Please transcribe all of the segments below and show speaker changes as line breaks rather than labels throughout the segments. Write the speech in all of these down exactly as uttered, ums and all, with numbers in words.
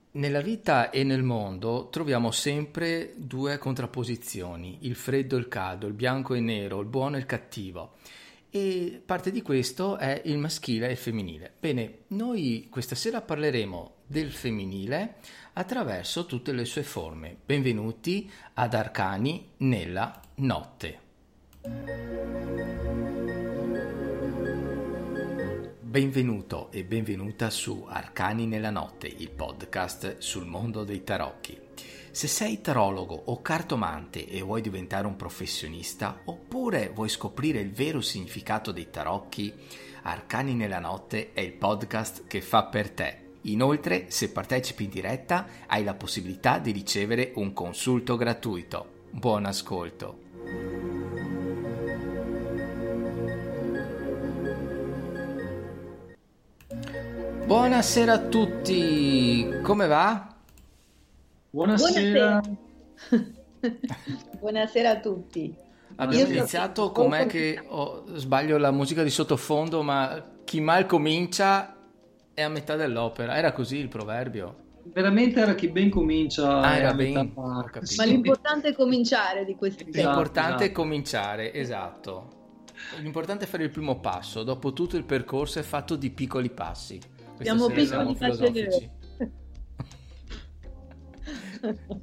Nella vita e nel mondo troviamo sempre due contrapposizioni, il freddo e il caldo, il bianco e il nero, il buono e il cattivo. E parte di questo è il maschile e il femminile. Bene, noi questa sera parleremo del femminile attraverso tutte le sue forme. Benvenuti ad Arcani nella notte. Benvenuto e benvenuta su Arcani nella notte, il podcast sul mondo dei tarocchi. Se sei tarologo o cartomante e vuoi diventare un professionista, oppure vuoi scoprire il vero significato dei tarocchi, Arcani nella notte è il podcast che fa per te. Inoltre, se partecipi in diretta, hai la possibilità di ricevere un consulto gratuito. Buon ascolto! Buonasera a tutti, come va?
Buonasera. Buonasera a tutti.
Abbiamo
Io
iniziato,
so-
com'è che oh, sbaglio la musica di sottofondo, ma chi mal comincia è a metà dell'opera. Era così il proverbio?
Veramente era chi ben comincia
Ah,
è
era
a metà
ben, ho
parte.
capito.
Ma l'importante è cominciare di questi tempi.
Esatto,
L'importante è
esatto.
cominciare, esatto. L'importante è fare il primo passo, dopo tutto il percorso è fatto di piccoli passi. Questa
Siamo
sera siamo
piccoli
filosofici.
facili.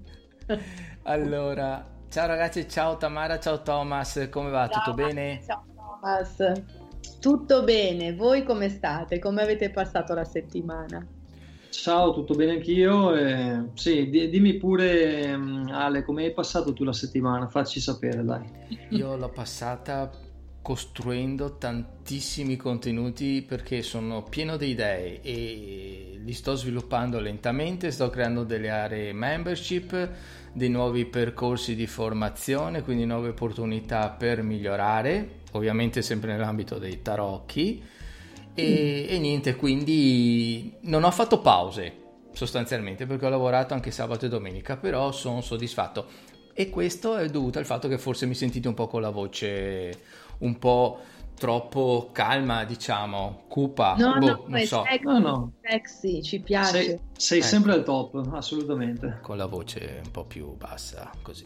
Allora, ciao ragazzi, ciao Tamara, ciao Thomas, come va? Tutto
Ciao,
bene?
ciao Thomas. Tutto bene, voi come state? Come avete passato la settimana?
Ciao, tutto bene anch'io? Eh, sì, di- dimmi pure, ehm, Ale, come hai passato tu la settimana? Facci sapere, dai.
Io l'ho passata costruendo tantissimi contenuti perché sono pieno di idee e li sto sviluppando lentamente, sto creando delle aree membership, dei nuovi percorsi di formazione, quindi nuove opportunità per migliorare, ovviamente sempre nell'ambito dei tarocchi e, e niente, quindi non ho fatto pause sostanzialmente perché ho lavorato anche sabato e domenica, però sono soddisfatto. E questo è dovuto al fatto che forse mi sentite un po' con la voce un po' troppo calma, diciamo, cupa,
No,
boh,
no,
non
è
so,
sexy,
No, no,
sexy, ci piace.
sei, sei
Ecco.
sempre al top, assolutamente.
con la voce un po' più bassa, così.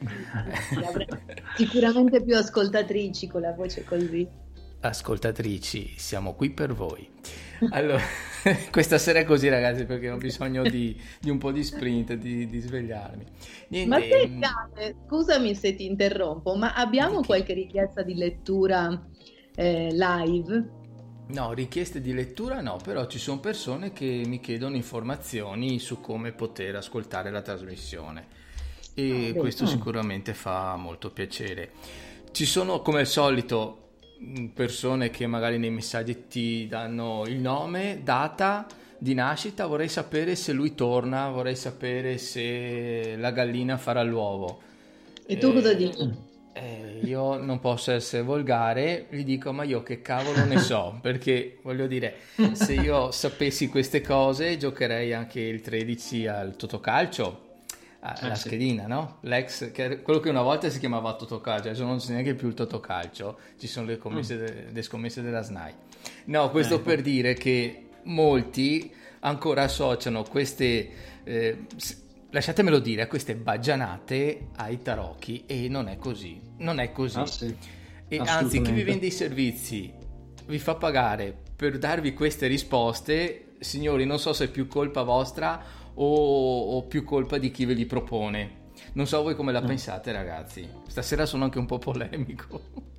Avrei sicuramente più ascoltatrici con la voce così.
Ascoltatrici, siamo qui per voi. Allora, questa sera è così ragazzi perché ho bisogno di, di un po' di sprint, di, di svegliarmi.
Ma
Niente,
senti, Ale, scusami se ti interrompo, ma abbiamo
Di chi?
qualche richiesta di lettura eh, live?
no, richieste di lettura no, però ci sono persone che mi chiedono informazioni su come poter ascoltare la trasmissione e
Ah, bene.
questo
Mm.
sicuramente fa molto piacere. Ci sono come al solito mh, persone che magari nei messaggi ti danno il nome, data di nascita, vorrei sapere se lui torna, vorrei sapere se la gallina farà l'uovo.
E tu cosa
Eh,
dici?
eh, io non posso essere volgare, gli dico ma io che cavolo ne so, perché voglio dire, se io sapessi queste cose giocherei anche il tredici al Totocalcio, alla
Eh sì.
schedina, no? L'ex, che- quello che una volta si chiamava Totocalcio, adesso non c'è neanche più il Totocalcio, ci sono le, commesse de- le scommesse della S N A I. No, questo
Ecco.
per dire che molti ancora associano queste, eh, s- lasciatemelo dire, queste baggianate ai tarocchi e non è così, non è così.
Ah sì,
E anzi, chi vi
assolutamente.
vende i servizi vi fa pagare per darvi queste risposte, signori, non so se è più colpa vostra o, o più colpa di chi ve li propone. Non so voi come la
Mm.
pensate, ragazzi. Stasera sono anche un po' polemico.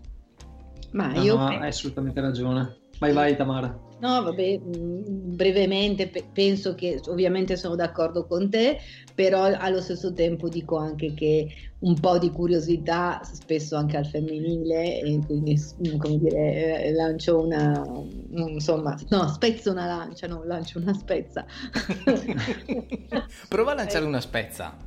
Ma
No,
io
no,
penso.
hai assolutamente ragione. Vai, vai, Tamara.
No, vabbè, mh, brevemente pe- penso che ovviamente sono d'accordo con te, però allo stesso tempo dico anche che un po' di curiosità, spesso anche al femminile, e quindi mh, come dire, eh, lancio una, mm, insomma, no, spezzo una lancia, no, lancio una spezza.
Prova a lanciare una spezza.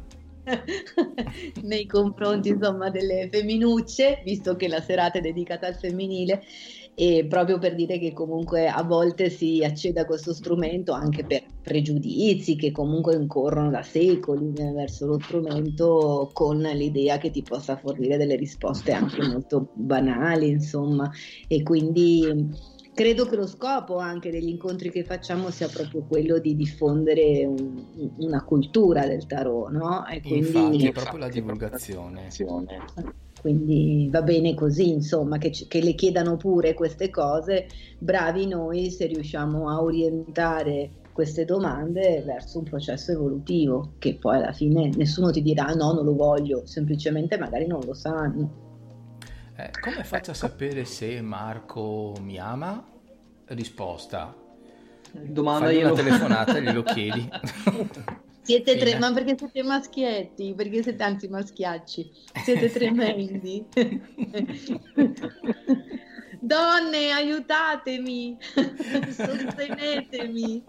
Nei confronti insomma delle femminucce, visto che la serata è dedicata al femminile, e proprio per dire che comunque a volte si accede a questo strumento anche per pregiudizi che comunque incorrono da secoli verso lo strumento, con l'idea che ti possa fornire delle risposte anche molto banali, insomma, e quindi credo che lo scopo anche degli incontri che facciamo sia proprio quello di diffondere un, una cultura del tarot, no? E quindi,
Infatti è proprio la divulgazione.
Quindi va bene così, insomma, che, che le chiedano pure queste cose, bravi noi se riusciamo a orientare queste domande verso un processo evolutivo, che poi alla fine nessuno ti dirà no, non lo voglio, semplicemente magari non lo sanno.
Eh, come faccio a sapere se Marco mi ama? Risposta.
Domanda
Fagli
io.
una telefonata e glielo chiedi.
Siete tre, ma perché siete maschietti? Perché siete anzi maschiacci? Siete tremendi. Donne, aiutatemi! Sostenetemi!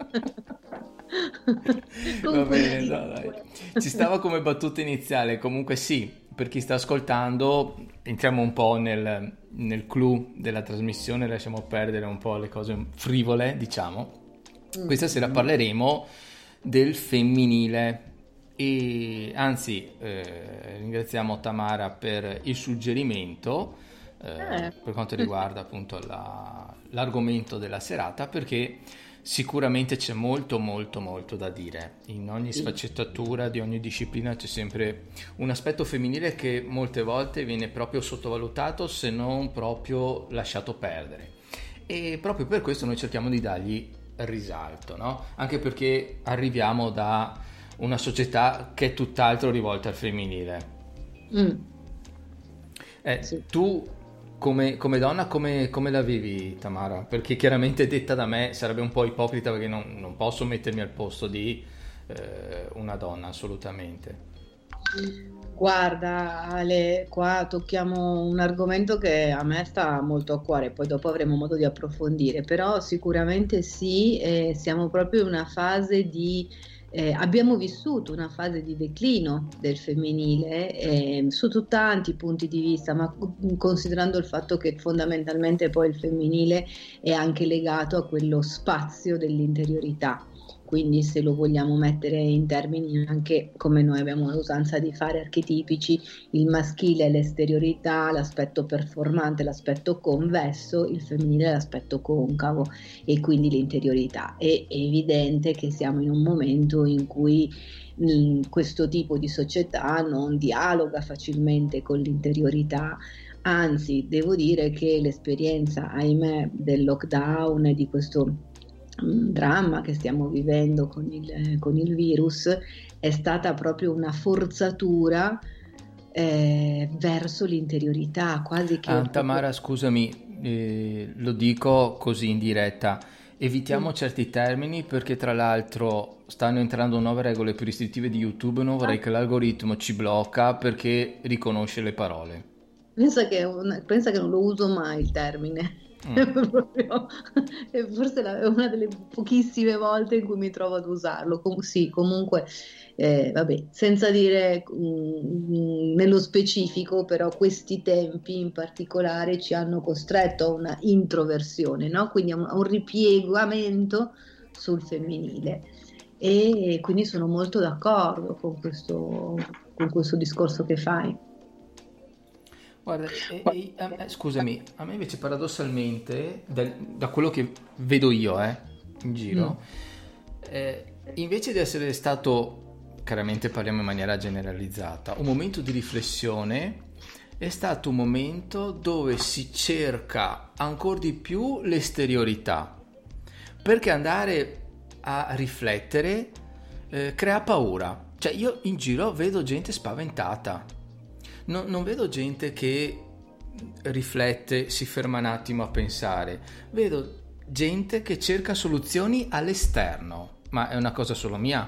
Va bene, no, dai. Ci stava come battuta iniziale, comunque sì, per chi sta ascoltando entriamo un po' nel, nel clou della trasmissione, lasciamo perdere un po' le cose frivole, diciamo. Questa sera parleremo del femminile e anzi eh, ringraziamo Tamara per il suggerimento eh,
Eh.
per quanto riguarda appunto la, l'argomento della serata, perché sicuramente c'è molto molto molto da dire in ogni sfaccettatura di ogni disciplina. C'è sempre un aspetto femminile che molte volte viene proprio sottovalutato, se non proprio lasciato perdere, e proprio per questo noi cerchiamo di dargli risalto, no? Anche perché arriviamo da una società che è tutt'altro rivolta al femminile.
Mm.
Eh,
Sì.
Tu come, come donna come, come la vivi, Tamara? Perché chiaramente detta da me sarebbe un po' ipocrita, perché non, non posso mettermi al posto di eh, una donna, assolutamente.
Guarda Ale, qua tocchiamo un argomento che a me sta molto a cuore, poi dopo avremo modo di approfondire, però sicuramente sì, eh, siamo proprio in una fase di, eh, abbiamo vissuto una fase di declino del femminile eh, sotto tanti punti di vista, ma considerando il fatto che fondamentalmente poi il femminile è anche legato a quello spazio dell'interiorità. Quindi se lo vogliamo mettere in termini anche come noi abbiamo l'usanza di fare archetipici, il maschile è l'esteriorità, l'aspetto performante, l'aspetto convesso, il femminile è l'aspetto concavo e quindi l'interiorità. È evidente che siamo in un momento in cui mh, questo tipo di società non dialoga facilmente con l'interiorità. Anzi, devo dire che l'esperienza, ahimè, del lockdown e di questo dramma che stiamo vivendo con il, con il virus è stata proprio una forzatura eh, verso l'interiorità, quasi che...
Ah, Tamara, scusami, eh, lo dico così in diretta. Evitiamo mm. certi termini, perché tra l'altro stanno entrando nuove regole più restrittive di YouTube. Non vorrei ah. che l'algoritmo ci blocca perché riconosce le parole.
Pensa che, una, pensa che non lo uso mai il termine. Mm. È proprio, è forse è una delle pochissime volte in cui mi trovo ad usarlo. Com- sì, comunque, eh, vabbè, senza dire mh, nello specifico, però questi tempi in particolare ci hanno costretto a una introversione, no? Quindi a un, a un ripiegamento sul femminile, e quindi sono molto d'accordo con questo, con questo discorso che fai.
Guarda, e, e, eh, scusami, a me invece paradossalmente, da, da quello che vedo io eh, in giro, mm. eh, invece di essere stato, chiaramente parliamo in maniera generalizzata, un momento di riflessione, è stato un momento dove si cerca ancora di più l'esteriorità, perché andare a riflettere eh, crea paura. Cioè io in giro vedo gente spaventata. Non, non vedo gente che riflette, si ferma un attimo a pensare. Vedo gente che cerca soluzioni all'esterno. Ma è una cosa solo mia?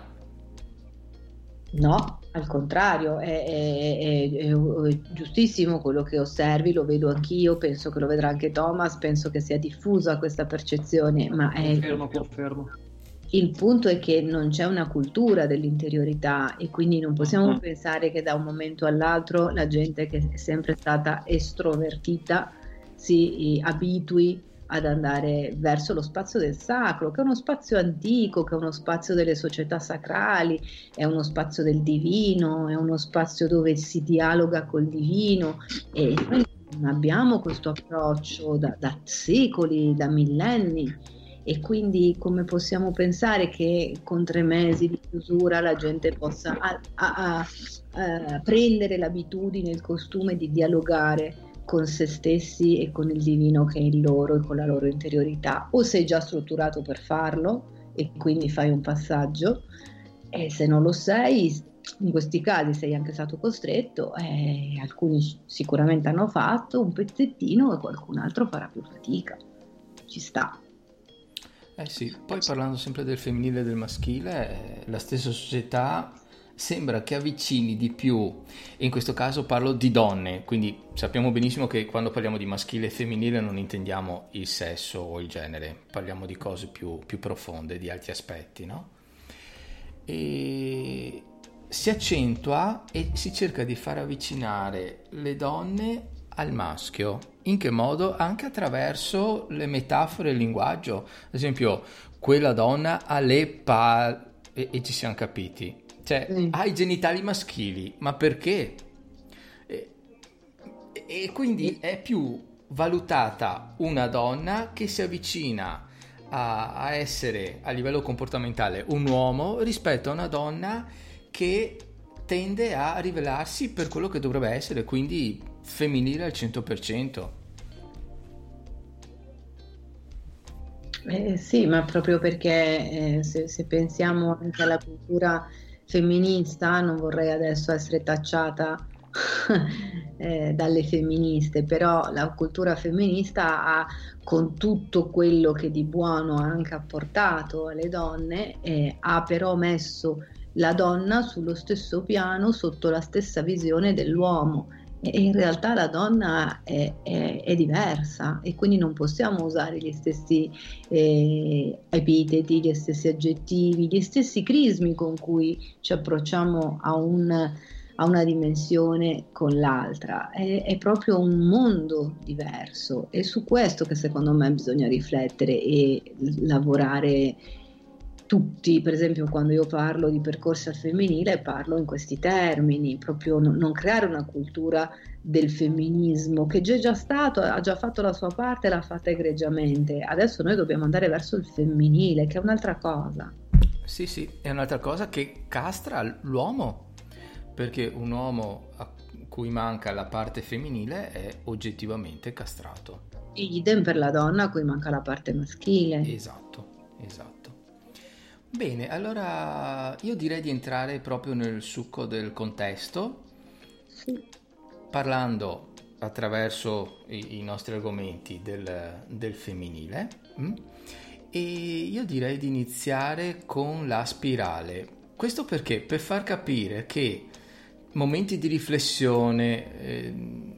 No, al contrario, è, è, è, è giustissimo quello che osservi, lo vedo anch'io, penso che lo vedrà anche Thomas, penso che sia diffusa questa percezione, ma è...
Confermo, confermo.
Il punto è che non c'è una cultura dell'interiorità, e quindi non possiamo
uh-huh.
pensare che da un momento all'altro la gente che è sempre stata estrovertita si abitui ad andare verso lo spazio del sacro, che è uno spazio antico, che è uno spazio delle società sacrali, è uno spazio del divino, è uno spazio dove si dialoga col divino, e non abbiamo questo approccio da, da secoli, da millenni, e quindi come possiamo pensare che con tre mesi di chiusura la gente possa a, a, a, a prendere l'abitudine, il costume di dialogare con se stessi e con il divino che è in loro e con la loro interiorità? O sei già strutturato per farlo e quindi fai un passaggio, e se non lo sei, in questi casi sei anche stato costretto, e alcuni sicuramente hanno fatto un pezzettino e qualcun altro farà più fatica. Ci sta.
Eh sì, poi parlando sempre del femminile e del maschile, eh, la stessa società sembra che avvicini di più, e in questo caso parlo di donne, quindi sappiamo benissimo che quando parliamo di maschile e femminile non intendiamo il sesso o il genere, parliamo di cose più, più profonde, di altri aspetti, no? E si accentua e si cerca di far avvicinare le donne al maschio. In che modo? Anche attraverso le metafore e il linguaggio. Ad esempio, quella donna ha le pa... e, e ci siamo capiti. Cioè, mm. ha i genitali maschili. Ma perché? E, e quindi è più valutata una donna che si avvicina a, a essere a livello comportamentale un uomo rispetto a una donna che tende a rivelarsi per quello che dovrebbe essere, quindi femminile al cento per cento.
Eh, sì, ma proprio perché eh, se, se pensiamo anche alla cultura femminista, non vorrei adesso essere tacciata eh, dalle femministe, però la cultura femminista ha, con tutto quello che di buono ha anche apportato alle donne, eh, ha però messo la donna sullo stesso piano, sotto la stessa visione dell'uomo, e in realtà la donna è, è, è diversa, e quindi non possiamo usare gli stessi eh, epiteti, gli stessi aggettivi, gli stessi crismi con cui ci approcciamo a, un, a una dimensione con l'altra. È, è proprio un mondo diverso, è su questo che secondo me bisogna riflettere e lavorare tutti. Per esempio, quando io parlo di percorsi al femminile parlo in questi termini, proprio non, non creare una cultura del femminismo che c'è già stato, ha già fatto la sua parte, l'ha fatta egregiamente. Adesso noi dobbiamo andare verso il femminile, che è un'altra cosa.
Sì, sì, è un'altra cosa che castra l'uomo, perché un uomo a cui manca la parte femminile è oggettivamente castrato.
Idem per la donna a cui manca la parte maschile.
Esatto, esatto. Bene, allora io direi di entrare proprio nel succo del contesto,
sì.
Parlando attraverso i, i nostri argomenti del, del femminile, mh? E io direi di iniziare con la spirale. Questo perché? Per far capire che momenti di riflessione, eh,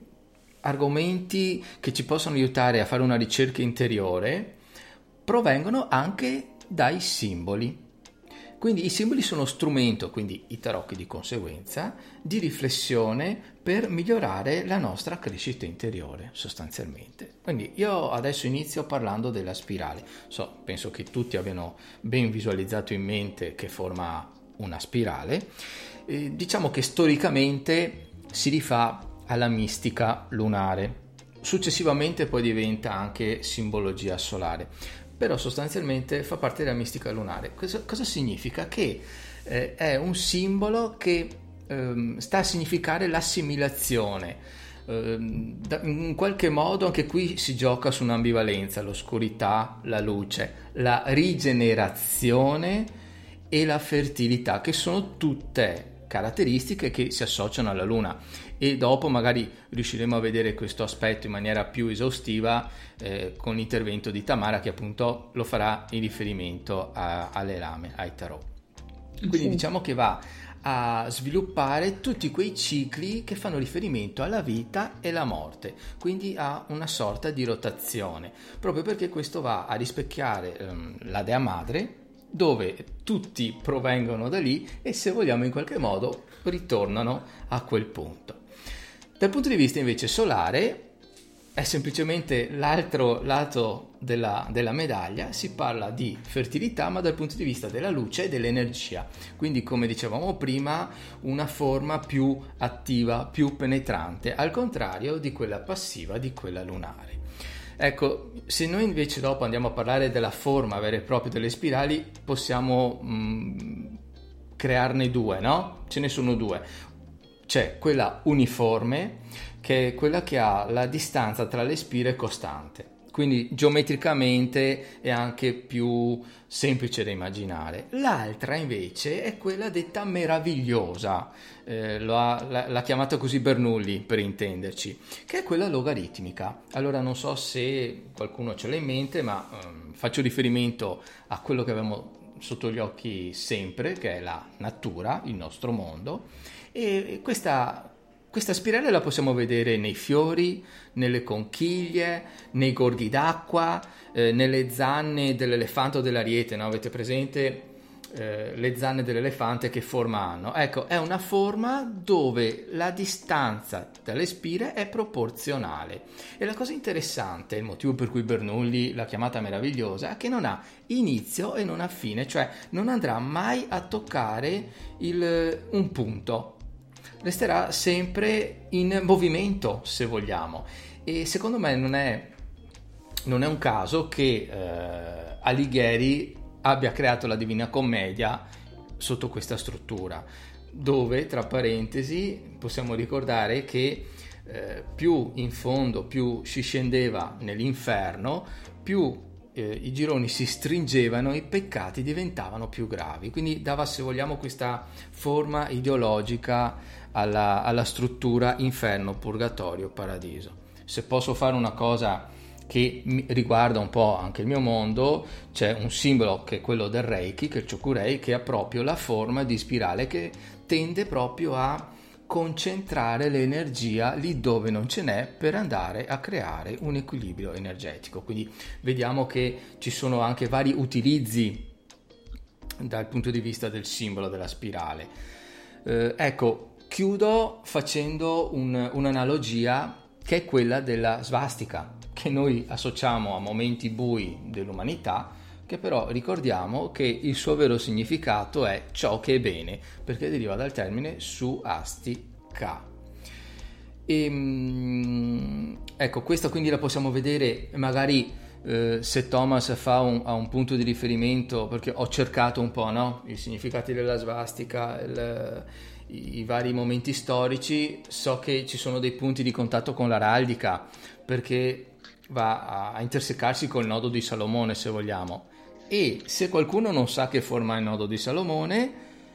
argomenti che ci possono aiutare a fare una ricerca interiore, provengono anche dai simboli. Quindi i simboli sono strumento, quindi i tarocchi di conseguenza, di riflessione per migliorare la nostra crescita interiore, sostanzialmente. Quindi io adesso inizio parlando della spirale. So, penso che tutti abbiano ben visualizzato in mente che forma una spirale. Eh, diciamo che storicamente si rifà alla mistica lunare. Successivamente poi diventa anche simbologia solare. Però sostanzialmente fa parte della mistica lunare. Cosa, cosa significa? Che eh, è un simbolo che eh, sta a significare l'assimilazione. Eh, da, in qualche modo anche qui si gioca su un'ambivalenza, l'oscurità, la luce, la rigenerazione e la fertilità, che sono tutte caratteristiche che si associano alla luna, e dopo magari riusciremo a vedere questo aspetto in maniera più esaustiva eh, con l'intervento di Tamara, che appunto lo farà in riferimento a, alle lame, ai tarot. Quindi sì, diciamo che va a sviluppare tutti quei cicli che fanno riferimento alla vita e alla morte, quindi a una sorta di rotazione, proprio perché questo va a rispecchiare ehm, la Dea Madre, dove tutti provengono da lì e, se vogliamo, in qualche modo ritornano a quel punto. Dal punto di vista invece solare, è semplicemente l'altro lato della, della medaglia. Si parla di fertilità, ma dal punto di vista della luce e dell'energia. Quindi, come dicevamo prima, una forma più attiva, più penetrante, al contrario di quella passiva, di quella lunare. Ecco, se noi invece dopo andiamo a parlare della forma vera e propria delle spirali, possiamo mh, crearne due, no? Ce ne sono due. C'è quella uniforme, che è quella che ha la distanza tra le spire costante, quindi geometricamente è anche più semplice da immaginare. L'altra invece è quella detta meravigliosa, eh, lo ha, l'ha, l'ha chiamata così Bernoulli per intenderci, che è quella logaritmica. Allora non so se qualcuno ce l'ha in mente, ma ehm, faccio riferimento a quello che abbiamo sotto gli occhi sempre, che è la natura, il nostro mondo, e questa Questa spirale la possiamo vedere nei fiori, nelle conchiglie, nei gorghi d'acqua, eh, nelle zanne dell'elefante o dell'ariete, no? Avete presente eh, le zanne dell'elefante che forma hanno? Ecco, è una forma dove la distanza dalle spire è proporzionale. E la cosa interessante, il motivo per cui Bernoulli l'ha chiamata meravigliosa, è che non ha inizio e non ha fine, cioè non andrà mai a toccare il, un punto. Resterà sempre in movimento, se vogliamo, e secondo me non è, non è un caso che eh, Alighieri abbia creato la Divina Commedia sotto questa struttura, dove, tra parentesi, possiamo ricordare che eh, più in fondo, più si scendeva nell'inferno, più eh, i gironi si stringevano e i peccati diventavano più gravi, quindi dava, se vogliamo, questa forma ideologica Alla, alla struttura inferno, purgatorio, paradiso. Se posso fare una cosa che riguarda un po' anche il mio mondo, c'è un simbolo che è quello del Reiki, che è il Chokurei, che ha proprio la forma di spirale, che tende proprio a concentrare l'energia lì dove non ce n'è, per andare a creare un equilibrio energetico. Quindi vediamo che ci sono anche vari utilizzi dal punto di vista del simbolo della spirale. Eh, ecco, chiudo facendo un, un'analogia che è quella della svastica, che noi associamo a momenti bui dell'umanità, che però ricordiamo che il suo vero significato è ciò che è bene, perché deriva dal termine suastika. E, ecco, questa quindi la possiamo vedere magari eh, se Thomas fa un, ha un punto di riferimento, perché ho cercato un po', no? I significati della svastica, il, i vari momenti storici. So che ci sono dei punti di contatto con l'araldica, perché va a intersecarsi col nodo di Salomone, se vogliamo, e se qualcuno non sa che forma è il nodo di Salomone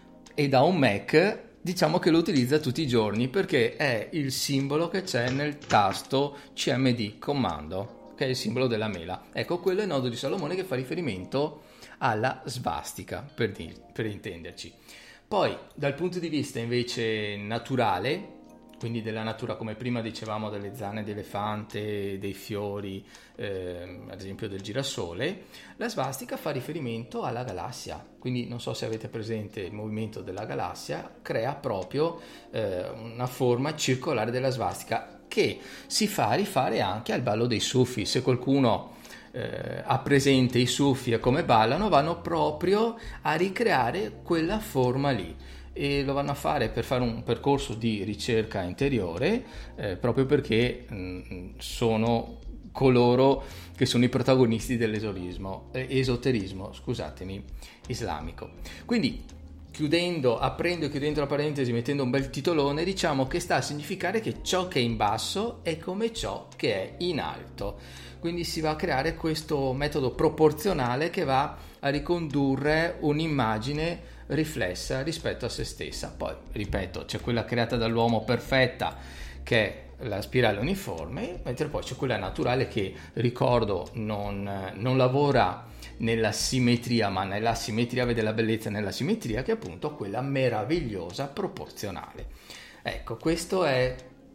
ed ha un Mac, diciamo che lo utilizza tutti i giorni, perché è il simbolo che c'è nel tasto C M D, comando, che è il simbolo della mela. Ecco, quello è il nodo di Salomone, che fa riferimento alla svastica, per, dir, per intenderci. Poi, dal punto di vista invece naturale, quindi della natura, come prima dicevamo, delle zanne di elefante, dei fiori, eh, ad esempio del girasole, la svastica fa riferimento alla galassia. Quindi non so se avete presente il movimento della galassia, crea proprio eh, una forma circolare della svastica, che si fa rifare anche al ballo dei sufi. Se qualcuno Eh, ha presente i sufi e come ballano, vanno proprio a ricreare quella forma lì, e lo vanno a fare per fare un percorso di ricerca interiore, eh, proprio perché mh, sono coloro che sono i protagonisti dell'esoterismo, eh, esoterismo, scusatemi, islamico. Quindi, chiudendo, aprendo e chiudendo la parentesi, mettendo un bel titolone, diciamo che sta a significare che ciò che è in basso è come ciò che è in alto. Quindi si va a creare questo metodo proporzionale che va a ricondurre un'immagine riflessa rispetto a se stessa. Poi, ripeto, c'è quella creata dall'uomo perfetta, che è la spirale uniforme, mentre poi c'è quella naturale che, ricordo, non, non lavora nella simmetria, ma nella simmetria, vede la bellezza nella simmetria, che è appunto quella meravigliosa proporzionale. Ecco, questo è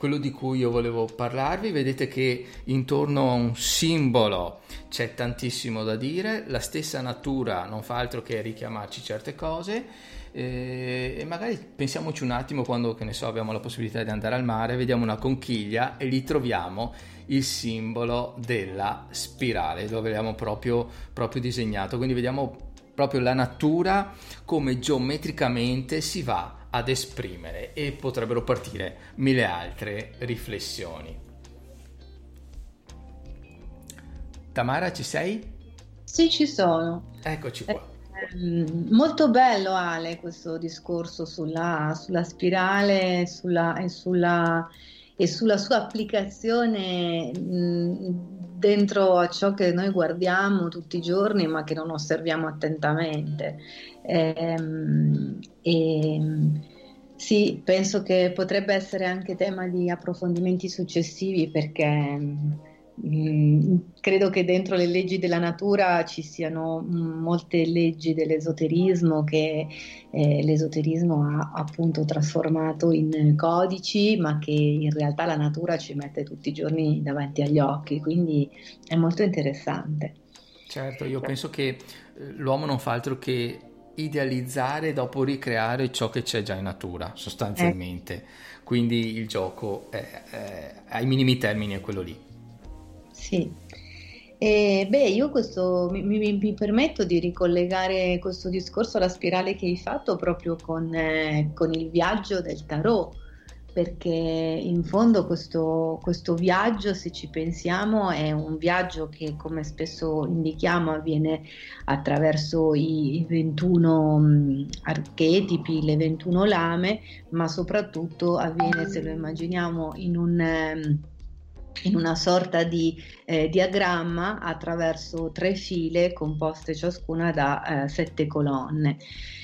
quello di cui io volevo parlarvi. Vedete che intorno a un simbolo c'è tantissimo da dire, la stessa natura non fa altro che richiamarci certe cose, eh, e magari pensiamoci un attimo quando, che ne so, abbiamo la possibilità di andare al mare, vediamo una conchiglia e lì troviamo il simbolo della spirale, dove l'abbiamo proprio, proprio disegnato, quindi vediamo proprio la natura come geometricamente si va ad esprimere, e potrebbero partire mille altre riflessioni. Tamara, ci sei?
Sì, ci sono.
Eccoci qua.
Eh, molto bello, Ale, questo discorso sulla, sulla spirale sulla, e, sulla, e sulla sua applicazione mh, dentro a ciò che noi guardiamo tutti i giorni ma che non osserviamo attentamente. Ehm, e, sì, penso che potrebbe essere anche tema di approfondimenti successivi, perché Mm, credo che dentro le leggi della natura ci siano mm, molte leggi dell'esoterismo che eh, l'esoterismo ha appunto trasformato in codici, ma che in realtà la natura ci mette tutti i giorni davanti agli occhi, quindi è molto interessante.
Certo, io penso che eh, l'uomo non fa altro che idealizzare e dopo ricreare ciò che c'è già in natura, sostanzialmente. Eh. Quindi il gioco è, è, ai minimi termini è quello lì.
Sì, e, beh, io questo, mi, mi- mi permetto di ricollegare questo discorso alla spirale che hai fatto proprio con, eh, con il viaggio del tarot, perché in fondo questo, questo viaggio, se ci pensiamo, è un viaggio che, come spesso indichiamo, avviene attraverso i, i ventuno mh, archetipi, le ventuno lame, ma soprattutto avviene, se lo immaginiamo, in un... ehm, in una sorta di eh, diagramma attraverso tre file composte ciascuna da eh, sette colonne.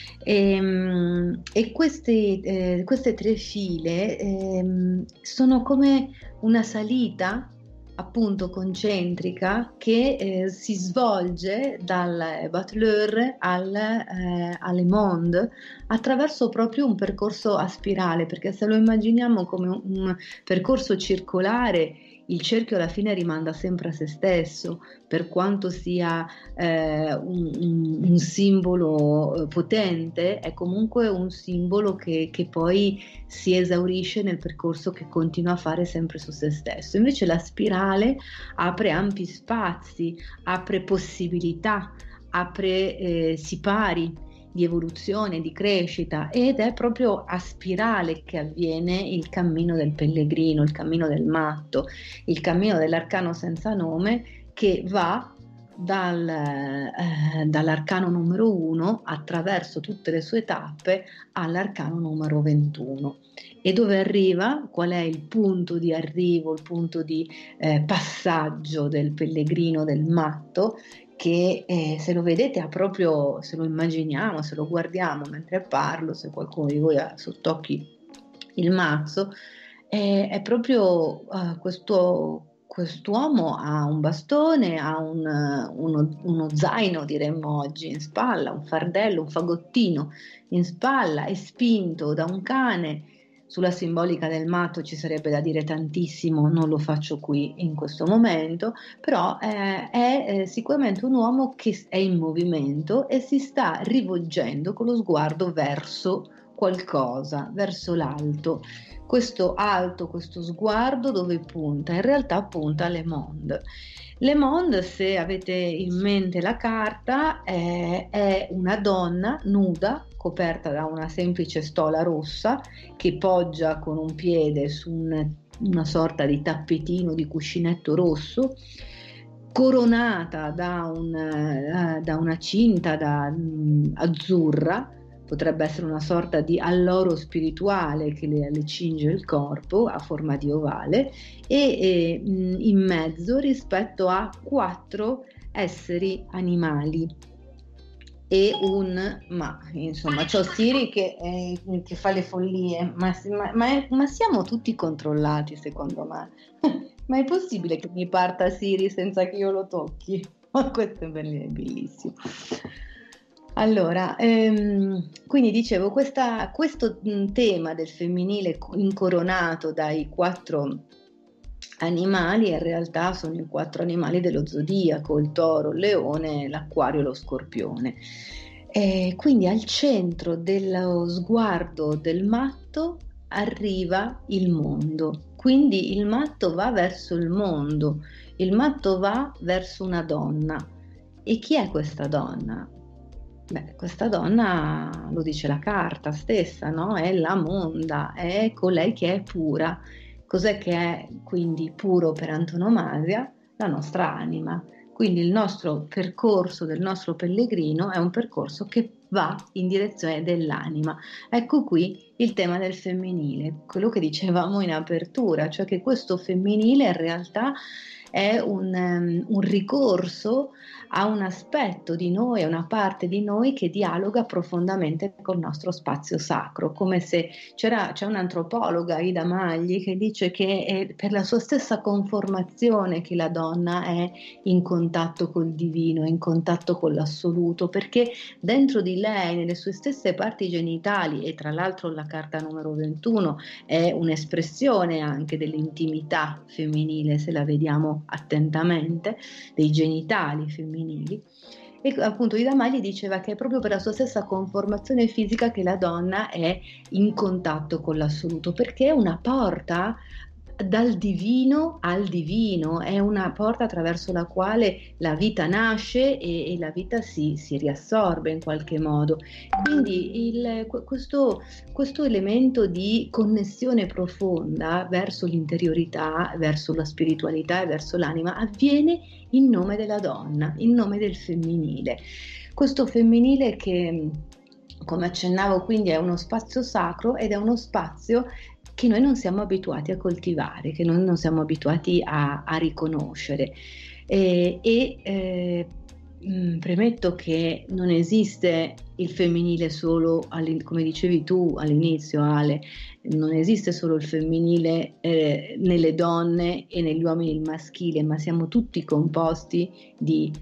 E, mh, e queste, eh, queste tre file ehm, sono come una salita appunto concentrica che eh, si svolge dal Butler al, eh, alle Monde attraverso proprio un percorso a spirale, perché se lo immaginiamo come un, un percorso circolare, il cerchio alla fine rimanda sempre a se stesso, per quanto sia eh, un, un, un simbolo eh, potente, è comunque un simbolo che, che poi si esaurisce nel percorso che continua a fare sempre su se stesso. Invece la spirale apre ampi spazi, apre possibilità, apre eh, sipari di evoluzione, di crescita, ed è proprio a spirale che avviene il cammino del pellegrino, il cammino del matto, il cammino dell'arcano senza nome, che va dal, eh, dall'arcano numero uno attraverso tutte le sue tappe all'arcano numero ventuno. E dove arriva? Qual è il punto di arrivo, il punto di eh, passaggio del pellegrino, del matto, che eh, se lo vedete ha proprio, se lo immaginiamo, se lo guardiamo mentre parlo, se qualcuno di voi ha sott'occhi il mazzo, eh, è proprio uh, questo quest'uomo ha un bastone, ha un, uno, uno zaino, diremmo oggi, in spalla, un fardello, un fagottino in spalla, è spinto da un cane. Sulla simbolica del matto ci sarebbe da dire tantissimo, non lo faccio qui in questo momento, però eh, è eh, sicuramente un uomo che è in movimento e si sta rivolgendo con lo sguardo verso qualcosa, verso l'alto. Questo alto, questo sguardo dove punta? In realtà punta alle Monde. Le Monde, se avete in mente la carta, è, è una donna nuda, coperta da una semplice stola rossa, che poggia con un piede su un, una sorta di tappetino, di cuscinetto rosso, coronata da, un, uh, da una cinta da, um, azzurra. Potrebbe essere una sorta di alloro spirituale che le, le cinge il corpo a forma di ovale, e, e in mezzo rispetto a quattro esseri animali e un, ma insomma c'ho Siri che, eh, che fa le follie, ma, ma, ma, è, ma siamo tutti controllati secondo me. Ma è possibile che mi parta Siri senza che io lo tocchi? Ma questo è bellissimo. Allora, ehm, quindi dicevo, questa, questo tema del femminile incoronato dai quattro animali, in realtà sono i quattro animali dello zodiaco: il toro, il leone, l'acquario e lo scorpione. E quindi al centro dello sguardo del matto arriva il mondo, quindi il matto va verso il mondo, il matto va verso una donna. E chi è questa donna? Beh, questa donna, lo dice la carta stessa, no? È la monda, è colei che è pura. Cos'è che è quindi puro per antonomasia? La nostra anima. Quindi il nostro percorso del nostro pellegrino è un percorso che va in direzione dell'anima. Ecco qui il tema del femminile, quello che dicevamo in apertura, cioè che questo femminile in realtà è un, um, un ricorso a un aspetto di noi, a una parte di noi che dialoga profondamente col nostro spazio sacro, come se c'era, c'è un'antropologa, Ida Magli, che dice che è per la sua stessa conformazione che la donna è in contatto col divino, in contatto con l'assoluto, perché dentro di lei, nelle sue stesse parti genitali, e tra l'altro la carta numero ventuno è un'espressione anche dell'intimità femminile, se la vediamo attentamente, dei genitali femminili. E appunto Ida Magli diceva che è proprio per la sua stessa conformazione fisica che la donna è in contatto con l'assoluto, perché è una porta dal divino al divino, è una porta attraverso la quale la vita nasce e, e la vita si, si riassorbe in qualche modo. Quindi il, questo, questo elemento di connessione profonda verso l'interiorità, verso la spiritualità e verso l'anima avviene in nome della donna, in nome del femminile. Questo femminile che, come accennavo, quindi è uno spazio sacro ed è uno spazio che noi non siamo abituati a coltivare, che noi non siamo abituati a, a riconoscere. E, e eh, mh, premetto che non esiste il femminile solo, come dicevi tu all'inizio, Ale, non esiste solo il femminile eh, nelle donne e negli uomini il maschile, ma siamo tutti composti di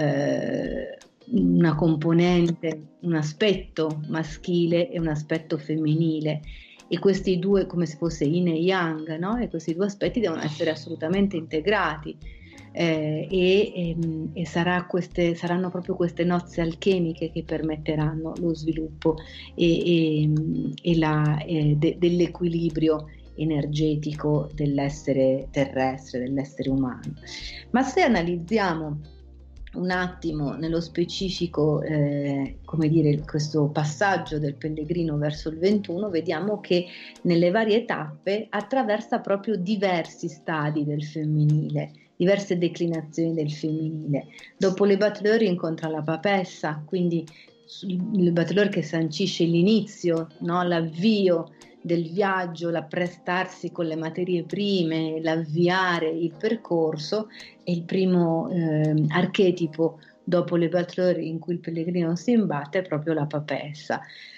eh, una componente, un aspetto maschile e un aspetto femminile. E questi due, come se fosse yin e yang, no? E questi due aspetti devono essere assolutamente integrati eh, e, e, e sarà queste, saranno proprio queste nozze alchemiche che permetteranno lo sviluppo e, e, e la, e de, dell'equilibrio energetico dell'essere terrestre, dell'essere umano. Ma se analizziamo un attimo nello specifico, eh, come dire, questo passaggio del pellegrino verso il ventuno, vediamo che nelle varie tappe attraversa proprio diversi stadi del femminile, diverse declinazioni del femminile. Dopo le Bateleur incontra la papessa, quindi il Bateleur che sancisce l'inizio, no? L'avvio del viaggio, l'apprestarsi con le materie prime, l'avviare il percorso. È il primo eh, archetipo dopo le Bateleur in cui il pellegrino si imbatte, è proprio la papessa.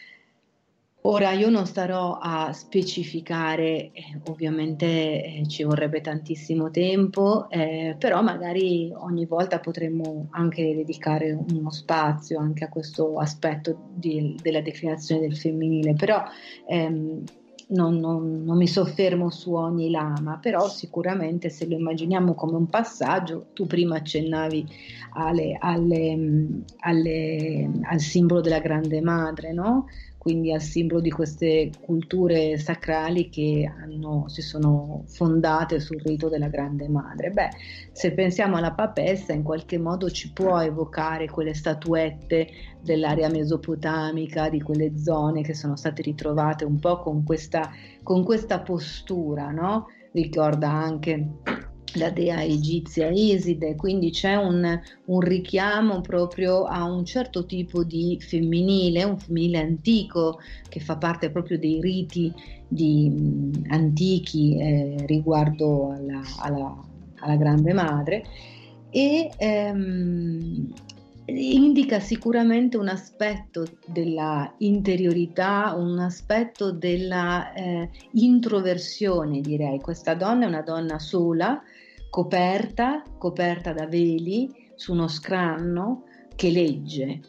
Ora io non starò a specificare, eh, ovviamente eh, ci vorrebbe tantissimo tempo, eh, però magari ogni volta potremmo anche dedicare uno spazio anche a questo aspetto di, della declinazione del femminile, però ehm, non, non, non mi soffermo su ogni lama, però sicuramente se lo immaginiamo come un passaggio, tu prima accennavi alle, alle, alle, al simbolo della Grande Madre, no? Quindi al simbolo di queste culture sacrali che hanno, si sono fondate sul rito della Grande Madre. Beh, se pensiamo alla papessa, in qualche modo ci può evocare quelle statuette dell'area mesopotamica, di quelle zone che sono state ritrovate un po' con questa, con questa postura, no? Ricorda anche la dea egizia Iside, quindi c'è un, un richiamo proprio a un certo tipo di femminile, un femminile antico che fa parte proprio dei riti di, mh, antichi eh, riguardo alla, alla, alla Grande Madre e ehm, indica sicuramente un aspetto della interiorità, un aspetto della eh, introversione, direi. Questa donna è una donna sola, coperta, coperta da veli, su uno scranno, che legge.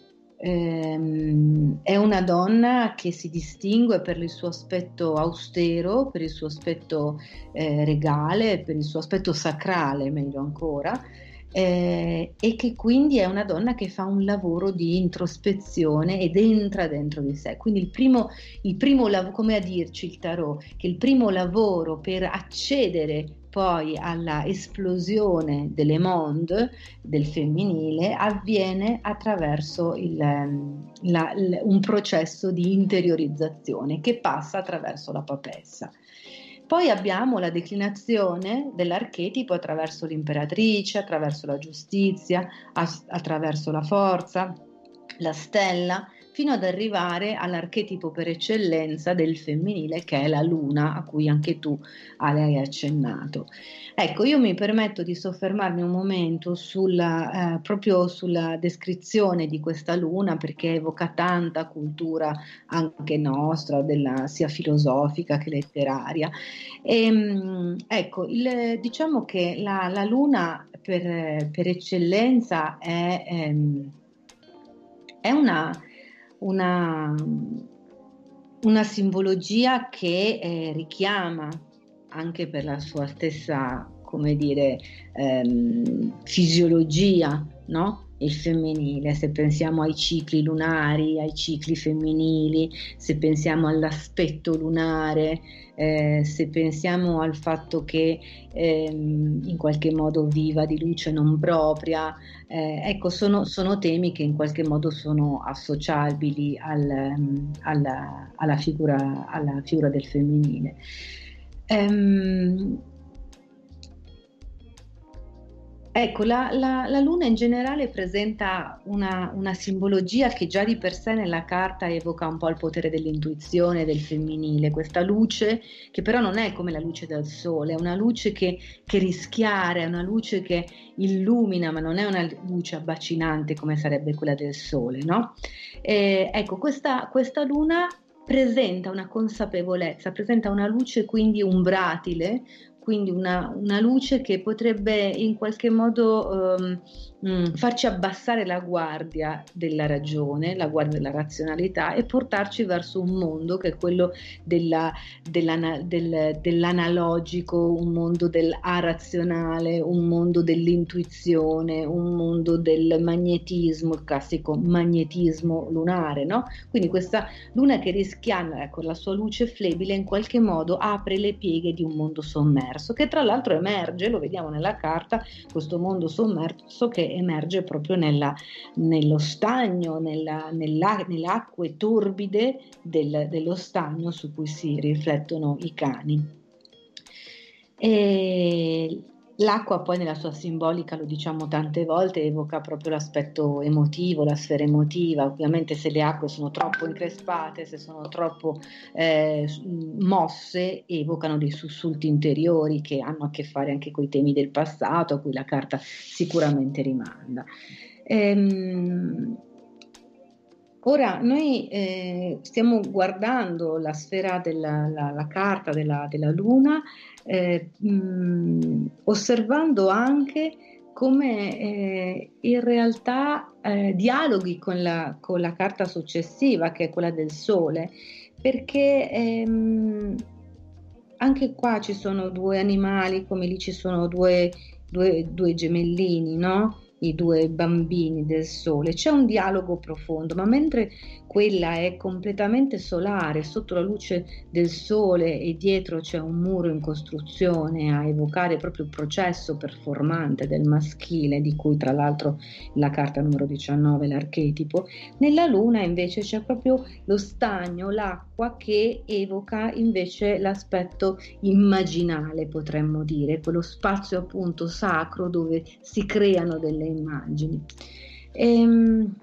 ehm, è una donna che si distingue per il suo aspetto austero, per il suo aspetto eh, regale, per il suo aspetto sacrale, meglio ancora. Eh, e che quindi è una donna che fa un lavoro di introspezione ed entra dentro di sé. Quindi il primo, il primo lav- come a dirci il tarot, che il primo lavoro per accedere poi alla esplosione delle monde, del femminile, avviene attraverso il, la, il, un processo di interiorizzazione che passa attraverso la papessa. Poi abbiamo la declinazione dell'archetipo attraverso l'imperatrice, attraverso la giustizia, attraverso la forza, la stella, fino ad arrivare all'archetipo per eccellenza del femminile, che è la luna, a cui anche tu, Ale, hai accennato. Ecco, io mi permetto di soffermarmi un momento sulla, eh, proprio sulla descrizione di questa luna, perché evoca tanta cultura anche nostra, della, sia filosofica che letteraria. E, ecco, il, diciamo che la, la luna per, per eccellenza è, ehm, è una, una, una simbologia che eh, richiama anche per la sua stessa, come dire, ehm, fisiologia, no? Il femminile, se pensiamo ai cicli lunari, ai cicli femminili, se pensiamo all'aspetto lunare, eh, se pensiamo al fatto che ehm, in qualche modo viva di luce non propria, eh, ecco, sono, sono temi che in qualche modo sono associabili al, alla, alla, figura, alla figura del femminile. Um, ecco, la, la, la luna in generale presenta una, una simbologia che già di per sé nella carta evoca un po' il potere dell'intuizione, del femminile, questa luce che però non è come la luce del sole, è una luce che, che rischiara, è una luce che illumina, ma non è una luce abbacinante come sarebbe quella del sole, no? E, ecco, questa, questa luna presenta una consapevolezza, presenta una luce quindi umbratile, quindi una, una luce che potrebbe in qualche modo um, mh, farci abbassare la guardia della ragione, la guardia della razionalità e portarci verso un mondo che è quello della, della, del, dell'analogico, un mondo del arazionale, un mondo dell'intuizione, un mondo del magnetismo, il classico magnetismo lunare, no? Quindi questa luna che rischiando, ecco, la sua luce flebile in qualche modo apre le pieghe di un mondo sommerso, che tra l'altro emerge, lo vediamo nella carta, questo mondo sommerso che emerge proprio nella, nello stagno, nella, nella, nelle acque torbide del, dello stagno su cui si riflettono i cani. E l'acqua poi nella sua simbolica, lo diciamo tante volte, evoca proprio l'aspetto emotivo, la sfera emotiva. Ovviamente se le acque sono troppo increspate, se sono troppo eh, mosse, evocano dei sussulti interiori che hanno a che fare anche con i temi del passato, a cui la carta sicuramente rimanda. Ehm, Ora, noi eh, stiamo guardando la sfera della la, la carta della, della luna, eh, mh, osservando anche come eh, in realtà eh, dialoghi con la, con la carta successiva, che è quella del sole, perché ehm, anche qua ci sono due animali, come lì ci sono due, due, due gemellini, no? I due bambini del sole, c'è un dialogo profondo, ma mentre quella è completamente solare sotto la luce del sole e dietro c'è un muro in costruzione a evocare proprio il processo performante del maschile, di cui tra l'altro la carta numero diciannove, l'archetipo, nella luna invece c'è proprio lo stagno, l'acqua che evoca invece l'aspetto immaginale, potremmo dire, quello spazio appunto sacro dove si creano delle immagini. Ehm,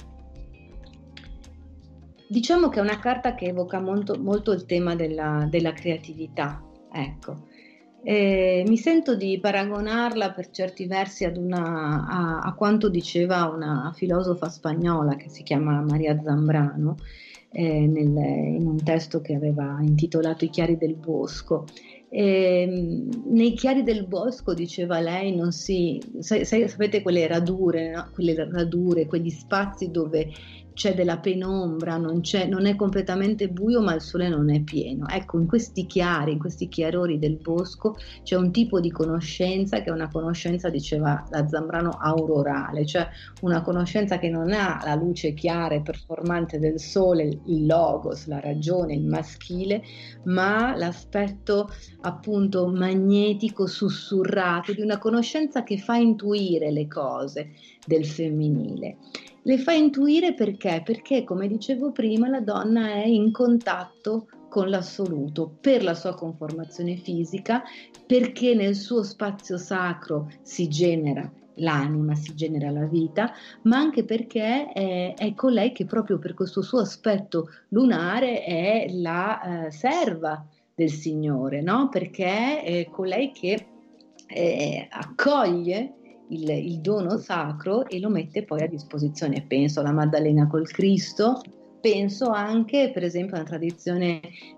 diciamo che è una carta che evoca molto, molto il tema della, della creatività, ecco. Eh, mi sento di paragonarla per certi versi ad una, a, a quanto diceva una filosofa spagnola che si chiama Maria Zambrano eh, nel, in un testo che aveva intitolato I chiari del bosco. E, nei chiari del bosco, diceva lei, non si, sai, sapete quelle radure, no? Quelle radure, quegli spazi dove c'è della penombra, non, c'è, non è completamente buio, ma il sole non è pieno. Ecco, in questi chiari, in questi chiarori del bosco c'è un tipo di conoscenza che è una conoscenza, diceva la Zambrano, aurorale, cioè una conoscenza che non ha la luce chiara e performante del sole, il logos, la ragione, il maschile, ma l'aspetto appunto magnetico, sussurrato, di una conoscenza che fa intuire le cose del femminile. Le fa intuire perché? Perché, come dicevo prima, la donna è in contatto con l'assoluto per la sua conformazione fisica, perché nel suo spazio sacro si genera l'anima, si genera la vita, ma anche perché è, è colei che proprio per questo suo aspetto lunare è la eh, serva del Signore, no? Perché è colei che eh, accoglie Il, il dono sacro e lo mette poi a disposizione. Penso alla Maddalena col Cristo, penso anche per esempio alla tradizione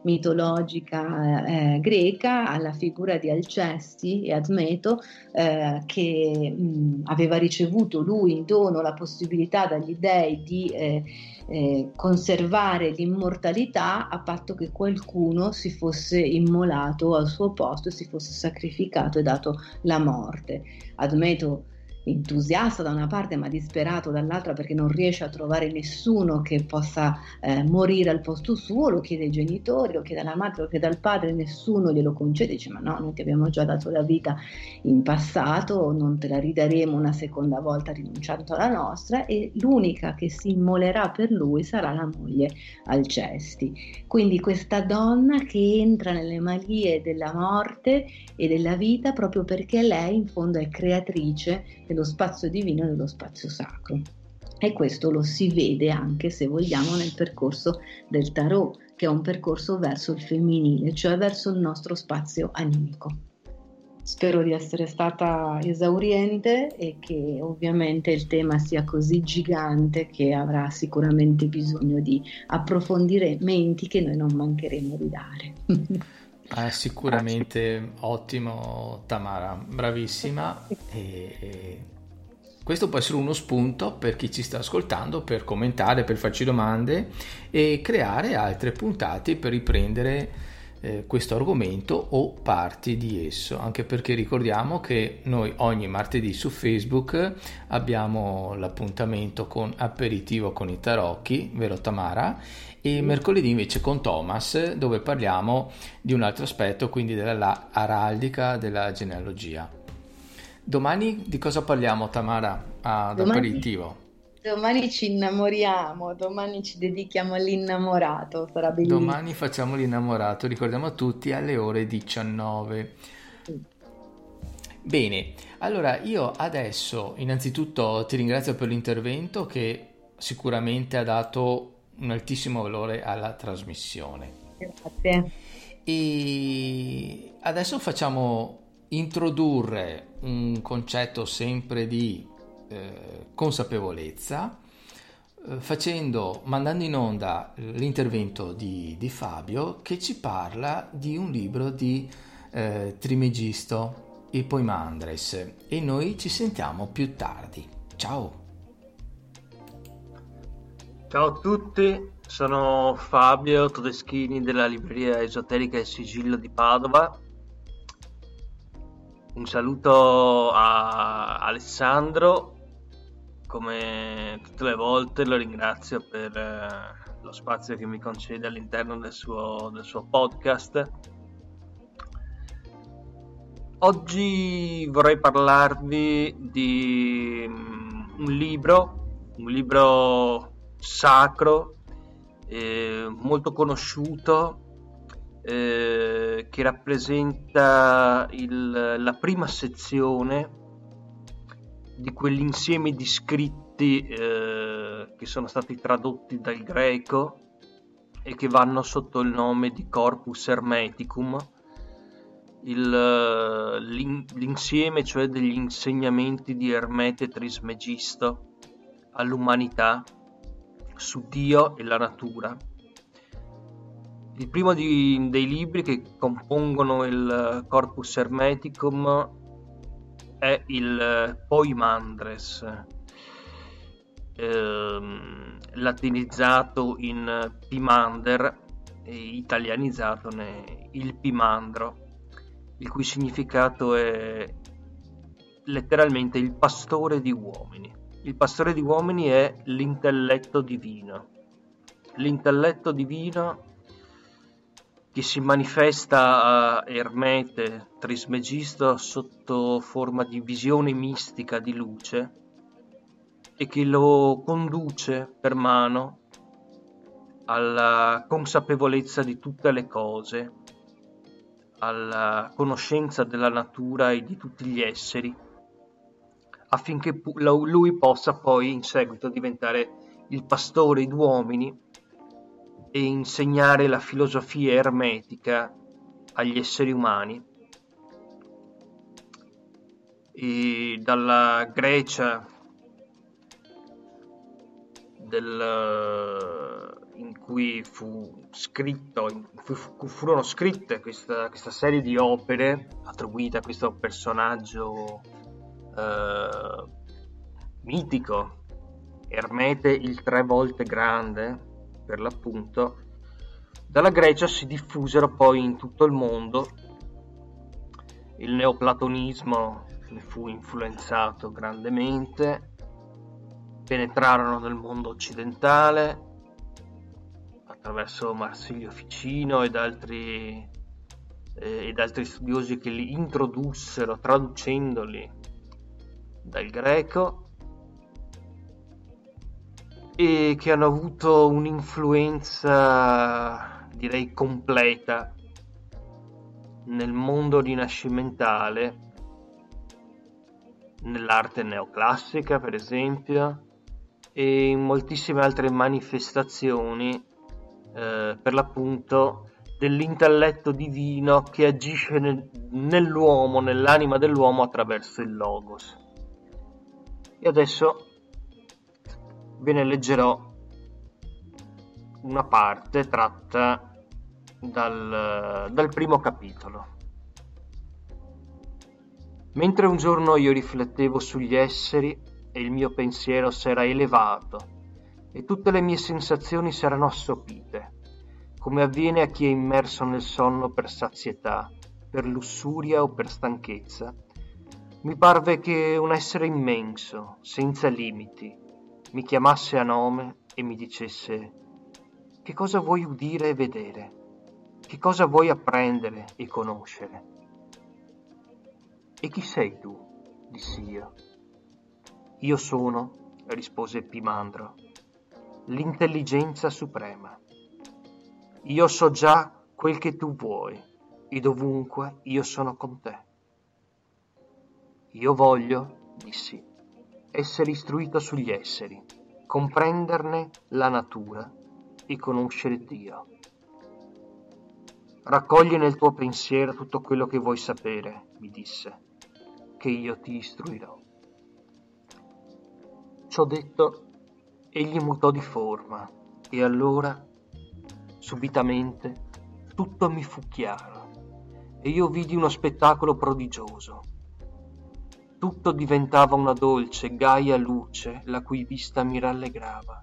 mitologica eh, greca, alla figura di Alcesti e Admeto, eh, che mh, aveva ricevuto lui in dono la possibilità dagli dei di eh, eh, conservare l'immortalità, a patto che qualcuno si fosse immolato al suo posto e si fosse sacrificato e dato la morte. Admeto, entusiasta da una parte ma disperato dall'altra perché non riesce a trovare nessuno che possa eh, morire al posto suo, lo chiede ai genitori, lo chiede alla madre, lo chiede al padre, nessuno glielo concede, dice ma no, noi ti abbiamo già dato la vita in passato, non te la ridaremo una seconda volta rinunciando alla nostra, e l'unica che si immolerà per lui sarà la moglie Alcesti. Quindi questa donna che entra nelle malie della morte e della vita proprio perché lei in fondo è creatrice dello spazio divino e dello spazio sacro, e questo lo si vede anche, se vogliamo, nel percorso del tarot, che è un percorso verso il femminile, cioè verso il nostro spazio animico. Spero di essere stata esauriente e che ovviamente il tema sia così gigante che avrà sicuramente bisogno di approfondimenti che noi non mancheremo di dare.
Ah, sicuramente ottimo, Tamara, bravissima, e, e questo può essere uno spunto per chi ci sta ascoltando per commentare, per farci domande e creare altre puntate per riprendere eh, questo argomento o parti di esso, anche perché ricordiamo che noi ogni martedì su Facebook abbiamo l'appuntamento con Aperitivo con i Tarocchi, vero Tamara? E mercoledì invece con Thomas, dove parliamo di un altro aspetto, quindi della araldica della genealogia. Domani di cosa parliamo, Tamara, ad
Domani,
aperitivo?
Domani ci innamoriamo, domani ci dedichiamo all'innamorato, sarà bellissimo.
Domani facciamo l'innamorato, ricordiamo a tutti, alle ore diciannove.
Sì.
Bene, allora io adesso innanzitutto ti ringrazio per l'intervento che sicuramente ha dato un altissimo valore alla trasmissione.
Grazie.
E adesso facciamo introdurre un concetto sempre di eh, consapevolezza, eh, facendo, mandando in onda l'intervento di, di Fabio, che ci parla di un libro di eh, Trimegisto e Poimandres, e noi ci sentiamo più tardi. Ciao!
Ciao a tutti, sono Fabio Todeschini della libreria esoterica Il Sigillo di Padova. Un saluto a Alessandro, come tutte le volte lo ringrazio per eh, lo spazio che mi concede all'interno del suo, del suo podcast. Oggi vorrei parlarvi di um, un libro, un libro sacro, eh, molto conosciuto, eh, che rappresenta il, la prima sezione di quell'insieme di scritti eh, che sono stati tradotti dal greco e che vanno sotto il nome di Corpus Hermeticum, il, l'in, l'insieme cioè degli insegnamenti di Ermete Trismegisto all'umanità su Dio e la natura. Il primo di, dei libri che compongono il Corpus Hermeticum è il Poimandres. ehm, latinizzato in Pimander e italianizzato ne il Pimandro, il cui significato è letteralmente il pastore di uomini. Il pastore di uomini è l'intelletto divino. L'intelletto divino che si manifesta a Ermete Trismegisto sotto forma di visione mistica di luce e che lo conduce per mano alla consapevolezza di tutte le cose, alla conoscenza della natura e di tutti gli esseri, affinché lui possa poi in seguito diventare il pastore di uomini e insegnare la filosofia ermetica agli esseri umani. E dalla Grecia del, in cui fu scritto, in cui furono scritte questa, questa serie di opere attribuite a questo personaggio eh, mitico, Ermete il tre volte grande, per l'appunto. Dalla Grecia si diffusero poi in tutto il mondo. Il neoplatonismo ne fu influenzato grandemente, penetrarono nel mondo occidentale attraverso Marsilio Ficino ed altri, eh, ed altri studiosi che li introdussero traducendoli dal greco, e che hanno avuto un'influenza, direi, completa nel mondo rinascimentale, nell'arte neoclassica per esempio, e in moltissime altre manifestazioni eh, per l'appunto dell'intelletto divino che agisce nel, nell'uomo, nell'anima dell'uomo attraverso il Logos. E adesso ve ne leggerò una parte tratta dal, dal primo capitolo. Mentre un giorno io riflettevo sugli esseri e il mio pensiero s'era elevato e tutte le mie sensazioni s'erano assopite, come avviene a chi è immerso nel sonno per sazietà, per lussuria o per stanchezza, mi parve che un essere immenso, senza limiti, mi chiamasse a nome e mi dicesse: che cosa vuoi udire e vedere? Che cosa vuoi apprendere e conoscere? E chi sei tu? Dissi io. Io sono, rispose Pimandro, l'intelligenza suprema. Io so già quel che tu vuoi e dovunque io sono con te. Io voglio, dissi, essere istruito sugli esseri, comprenderne la natura e conoscere Dio. Raccogli nel tuo pensiero tutto quello che vuoi sapere, mi disse, che io ti istruirò. Ciò detto, egli mutò di forma e allora, subitamente, tutto mi fu chiaro e io vidi uno spettacolo prodigioso. Tutto diventava una dolce, gaia luce, la cui vista mi rallegrava.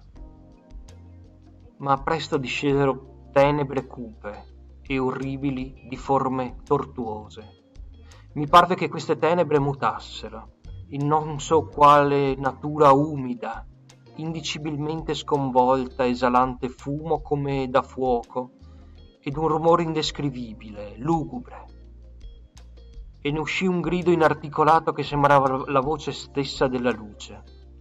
Ma presto discesero tenebre cupe e orribili di forme tortuose. Mi parve che queste tenebre mutassero in non so quale natura umida, indicibilmente sconvolta, esalante fumo come da fuoco, ed un rumore indescrivibile, lugubre. E ne uscì un grido inarticolato che sembrava la voce stessa della luce.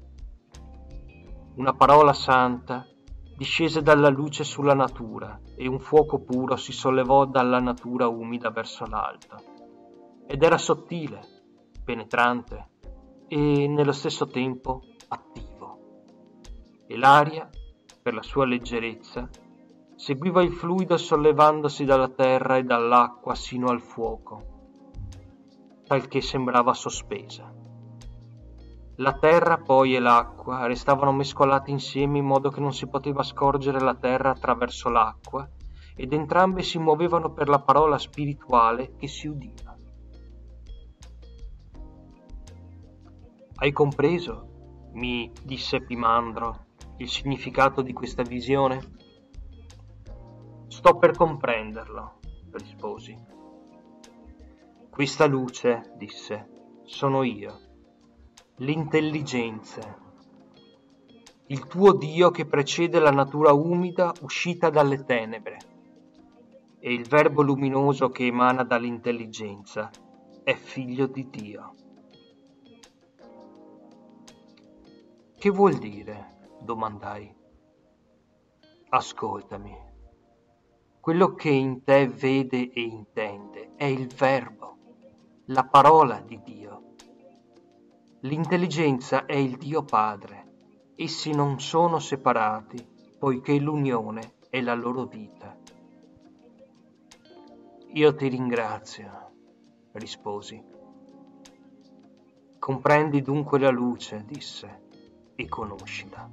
Una parola santa discese dalla luce sulla natura e un fuoco puro si sollevò dalla natura umida verso l'alto. Ed era sottile, penetrante e nello stesso tempo attivo. E l'aria, per la sua leggerezza, seguiva il fluido sollevandosi dalla terra e dall'acqua sino al fuoco, talché sembrava sospesa. La terra poi e l'acqua restavano mescolate insieme in modo che non si poteva scorgere la terra attraverso l'acqua, ed entrambe si muovevano per la parola spirituale che si udiva. Hai compreso? mi disse Epimandro, il significato di questa visione? Sto per comprenderlo, risposi. Questa luce, disse, sono io, l'intelligenza, il tuo Dio che precede la natura umida uscita dalle tenebre, e il verbo luminoso che emana dall'intelligenza è figlio di Dio. Che vuol dire? Domandai. Ascoltami. Quello che in te vede e intende è il verbo, la parola di Dio. L'intelligenza è il Dio Padre. Essi non sono separati, poiché l'unione è la loro vita. Io ti ringrazio, risposi. Comprendi dunque la luce, disse, e conoscila.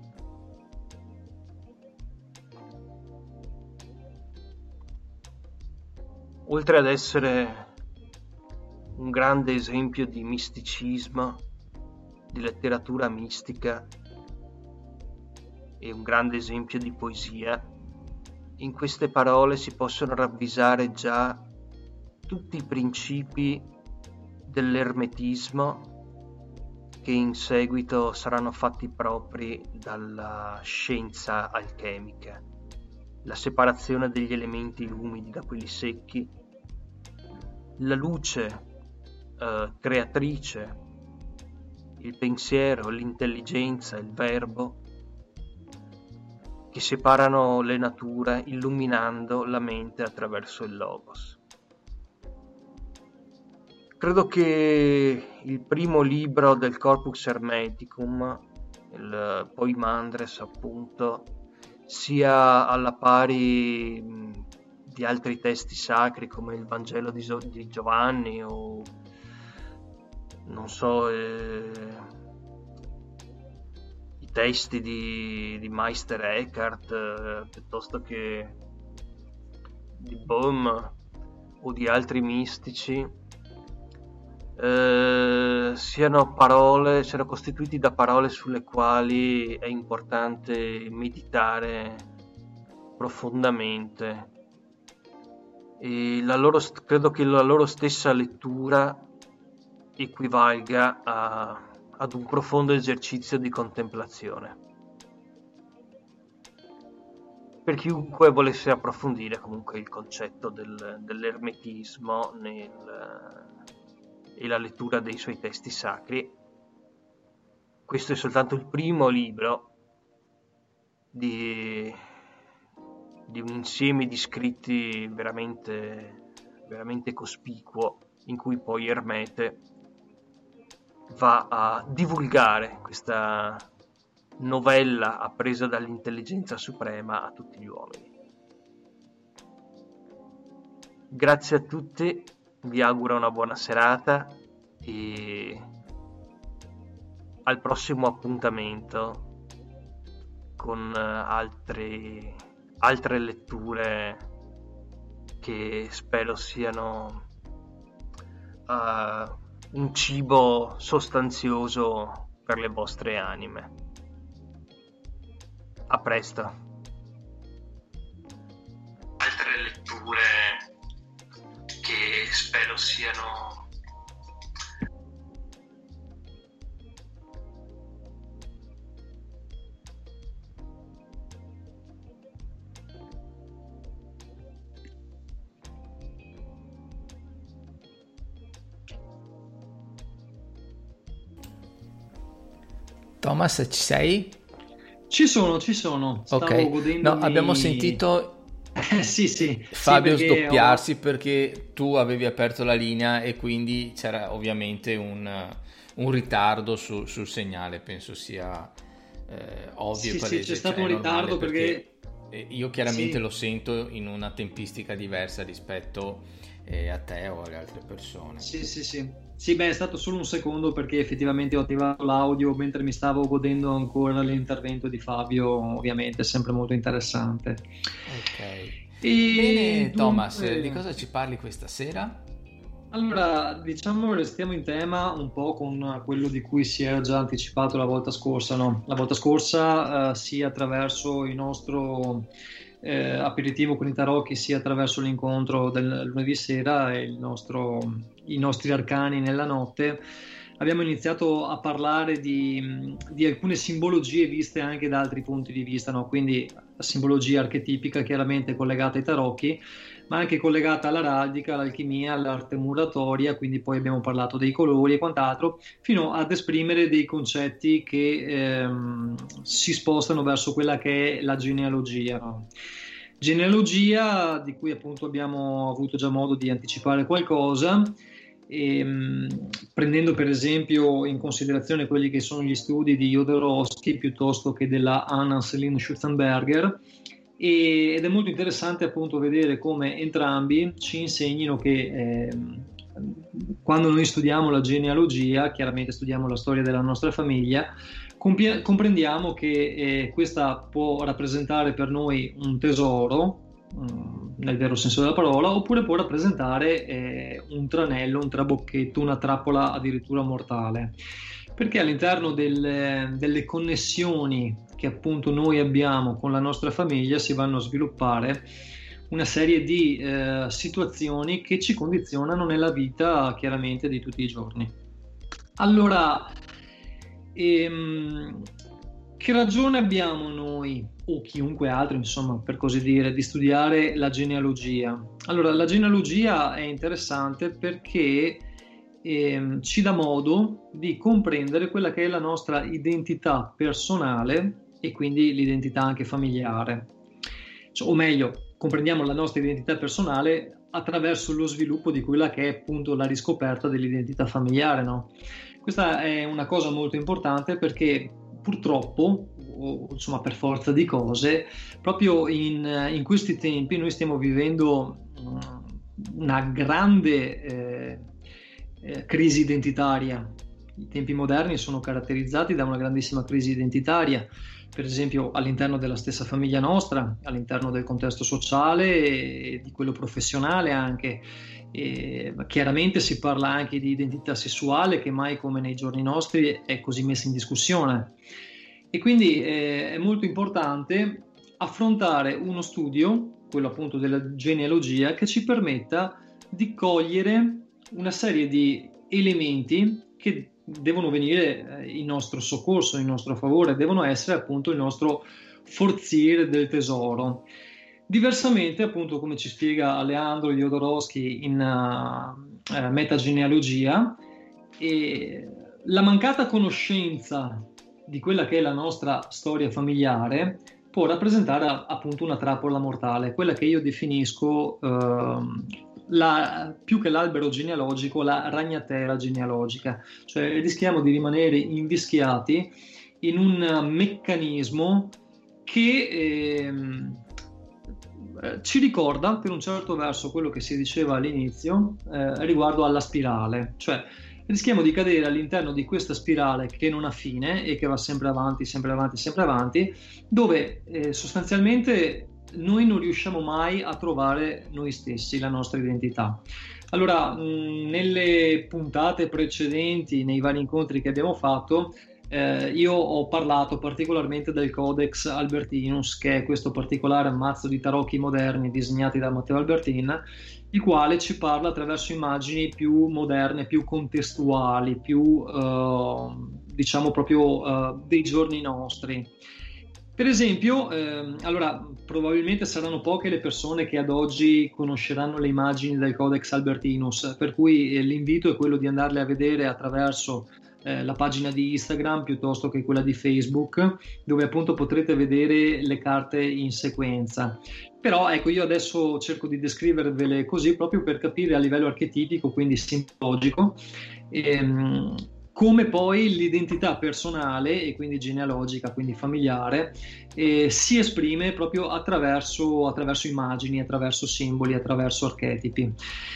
Oltre ad essere un grande esempio di misticismo, di letteratura mistica e un grande esempio di poesia, in queste parole si possono ravvisare già tutti i principi dell'ermetismo che in seguito saranno fatti propri dalla scienza alchemica. La separazione degli elementi umidi da quelli secchi, la luce eh, creatrice, il pensiero, l'intelligenza, il verbo, che separano le nature illuminando la mente attraverso il Logos. Credo che il primo libro del Corpus Hermeticum, il Poimandres appunto, sia alla pari di altri testi sacri come il Vangelo di, Gio- di Giovanni o non so eh, i testi di, di Meister Eckhart eh, piuttosto che di Bohm o di altri mistici eh, siano parole, siano costituiti da parole sulle quali è importante meditare profondamente e la loro, credo che la loro stessa lettura equivalga a, ad un profondo esercizio di contemplazione per chiunque volesse approfondire comunque il concetto del, dell'ermetismo nel, e la lettura dei suoi testi sacri. Questo è soltanto il primo libro di, di un insieme di scritti veramente, veramente cospicuo in cui poi Ermete va a divulgare questa novella appresa dall'intelligenza suprema a tutti gli uomini. Grazie a tutti, vi auguro una buona serata e al prossimo appuntamento con altre, altre letture che spero siano uh, un cibo sostanzioso per le vostre anime. A presto. Altre letture che spero siano
Thomas, ci sei?
Ci sono, ci sono. Stavo
Ok,
godendomi...
no, abbiamo sentito
Eh, sì, sì.
Fabio
sì, perché
sdoppiarsi
ho-
perché tu avevi aperto la linea e quindi c'era ovviamente un, un ritardo su- sul segnale, penso sia eh, ovvio
Sì,
e
sì,
palese,
c'è stato
cioè,
un
è normale
ritardo perché...
eh, io chiaramente
Sì.
lo sento in una tempistica diversa rispetto eh, a te o alle altre persone.
Sì, sì, sì. Sì, beh, è stato solo un secondo perché effettivamente ho attivato l'audio mentre mi stavo godendo ancora l'intervento di Fabio, ovviamente, è sempre molto interessante.
Ok.
E
Bene, Thomas,
dunque-
di cosa ci parli questa sera?
Allora, diciamo restiamo in tema un po' con quello di cui si era già anticipato la volta scorsa, no? La volta scorsa, eh, sia attraverso il nostro eh, aperitivo con i tarocchi, sia attraverso l'incontro del lunedì sera e il nostro, i nostri arcani nella notte, abbiamo iniziato a parlare di, di alcune simbologie viste anche da altri punti di vista, no? Quindi la simbologia archetipica chiaramente collegata ai tarocchi, ma anche collegata all'araldica, all'alchimia, all'arte muratoria, quindi poi abbiamo parlato dei colori e quant'altro, fino ad esprimere dei concetti che ehm, si spostano verso quella che è la genealogia, no? Genealogia di cui appunto abbiamo avuto già modo di anticipare qualcosa, e, mh, prendendo per esempio in considerazione quelli che sono gli studi di Jodorowsky piuttosto che della Anna Celine Schutzenberger. Ed è molto interessante appunto vedere come entrambi ci insegnino che eh, quando noi studiamo la genealogia, chiaramente studiamo la storia della nostra famiglia, compie- comprendiamo che eh, questa può rappresentare per noi un tesoro, mh, nel vero senso della parola, oppure può rappresentare eh, un tranello, un trabocchetto, una trappola addirittura mortale, perché all'interno del, delle connessioni che appunto noi abbiamo con la nostra famiglia si vanno a sviluppare una serie di eh, situazioni che ci condizionano nella vita chiaramente di tutti i giorni. Allora, ehm, che ragione abbiamo noi o chiunque altro, insomma, per così dire, di studiare la genealogia? Allora, la genealogia è interessante perché ehm, ci dà modo di comprendere quella che è la nostra identità personale e quindi l'identità anche familiare, cioè, o meglio, comprendiamo la nostra identità personale attraverso lo sviluppo di quella che è appunto la riscoperta dell'identità familiare, no? Questa è una cosa molto importante perché purtroppo, o insomma per forza di cose, proprio in, in questi tempi noi stiamo vivendo una grande eh, eh, crisi identitaria. I tempi moderni sono caratterizzati da una grandissima crisi identitaria, per esempio all'interno della stessa famiglia nostra, all'interno del contesto sociale e di quello professionale anche. E chiaramente si parla anche di identità sessuale che mai come nei giorni nostri è così messa in discussione, e quindi eh, è molto importante affrontare uno studio, quello appunto della genealogia, che ci permetta di cogliere una serie di elementi che devono venire in nostro soccorso, in nostro favore, devono essere appunto il nostro forziere del tesoro. Diversamente, appunto, come ci spiega Leandro Jodorowsky in uh, uh, Metagenealogia, e la mancata conoscenza di quella che è la nostra storia familiare può rappresentare appunto una trappola mortale, quella che io definisco uh, la, più che l'albero genealogico, la ragnatela genealogica, cioè rischiamo di rimanere invischiati in un meccanismo che eh, ci ricorda per un certo verso quello che si diceva all'inizio eh, riguardo alla spirale, cioè rischiamo di cadere all'interno di questa spirale che non ha fine e che va sempre avanti, sempre avanti, sempre avanti, dove eh, sostanzialmente noi non riusciamo mai a trovare noi stessi, la nostra identità. Allora, mh, nelle puntate precedenti, nei vari incontri che abbiamo fatto, eh, io ho parlato particolarmente del Codex Albertinus, che è questo particolare mazzo di tarocchi moderni disegnati da Matteo Albertin, il quale ci parla attraverso immagini più moderne, più contestuali, più eh, diciamo proprio eh, dei giorni nostri. Per esempio, eh, allora probabilmente saranno poche le persone che ad oggi conosceranno le immagini del Codex Albertinus, per cui eh, l'invito è quello di andarle a vedere attraverso eh, la pagina di Instagram piuttosto che quella di Facebook, dove appunto potrete vedere le carte in sequenza. Però ecco, io adesso cerco di descrivervele così proprio per capire a livello archetipico, quindi simbologico, ehm, come poi l'identità personale e quindi genealogica, quindi familiare, eh, si esprime proprio attraverso, attraverso immagini, attraverso simboli, attraverso archetipi.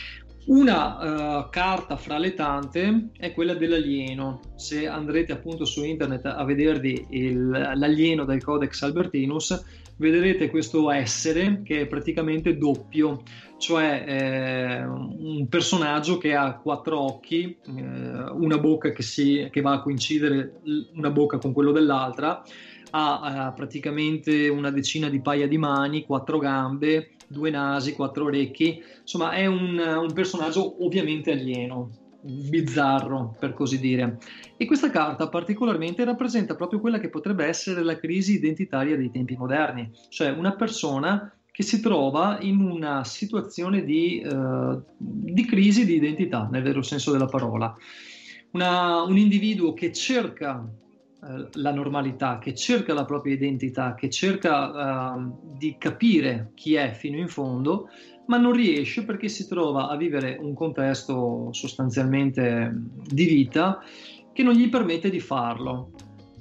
Una uh, carta fra le tante è quella dell'alieno. Se andrete appunto su internet a vedervi il, l'alieno del Codex Albertinus, vedrete questo essere che è praticamente doppio, cioè eh, un personaggio che ha quattro occhi, eh, una bocca che, si, che va a coincidere una bocca con quello dell'altra, ha, ha praticamente una decina di paia di mani, quattro gambe, due nasi, quattro orecchi, insomma è un, un personaggio ovviamente alieno, bizzarro per così dire. E questa carta particolarmente rappresenta proprio quella che potrebbe essere la crisi identitaria dei tempi moderni, cioè una persona che si trova in una situazione di, eh, di crisi di identità, nel vero senso della parola. Una, un individuo che cerca la normalità, che cerca la propria identità, che cerca uh, di capire chi è fino in fondo, ma non riesce perché si trova a vivere un contesto sostanzialmente di vita che non gli permette di farlo.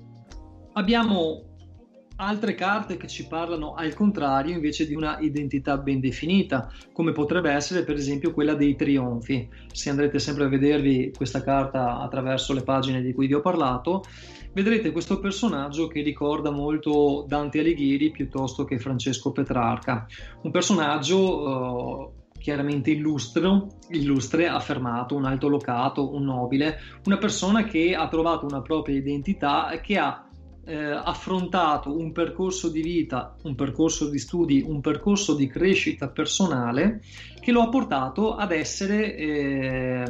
Abbiamo altre carte che ci parlano al contrario invece di una identità ben definita, come potrebbe essere per esempio quella dei trionfi. Se andrete sempre a vedervi questa carta attraverso le pagine di cui vi ho parlato, vedrete questo personaggio che ricorda molto Dante Alighieri piuttosto che Francesco Petrarca, un personaggio uh, chiaramente illustro, illustre, affermato, un altolocato, un nobile, una persona che ha trovato una propria identità e che ha eh, affrontato un percorso di vita, un percorso di studi, un percorso di crescita personale che lo ha portato ad essere eh,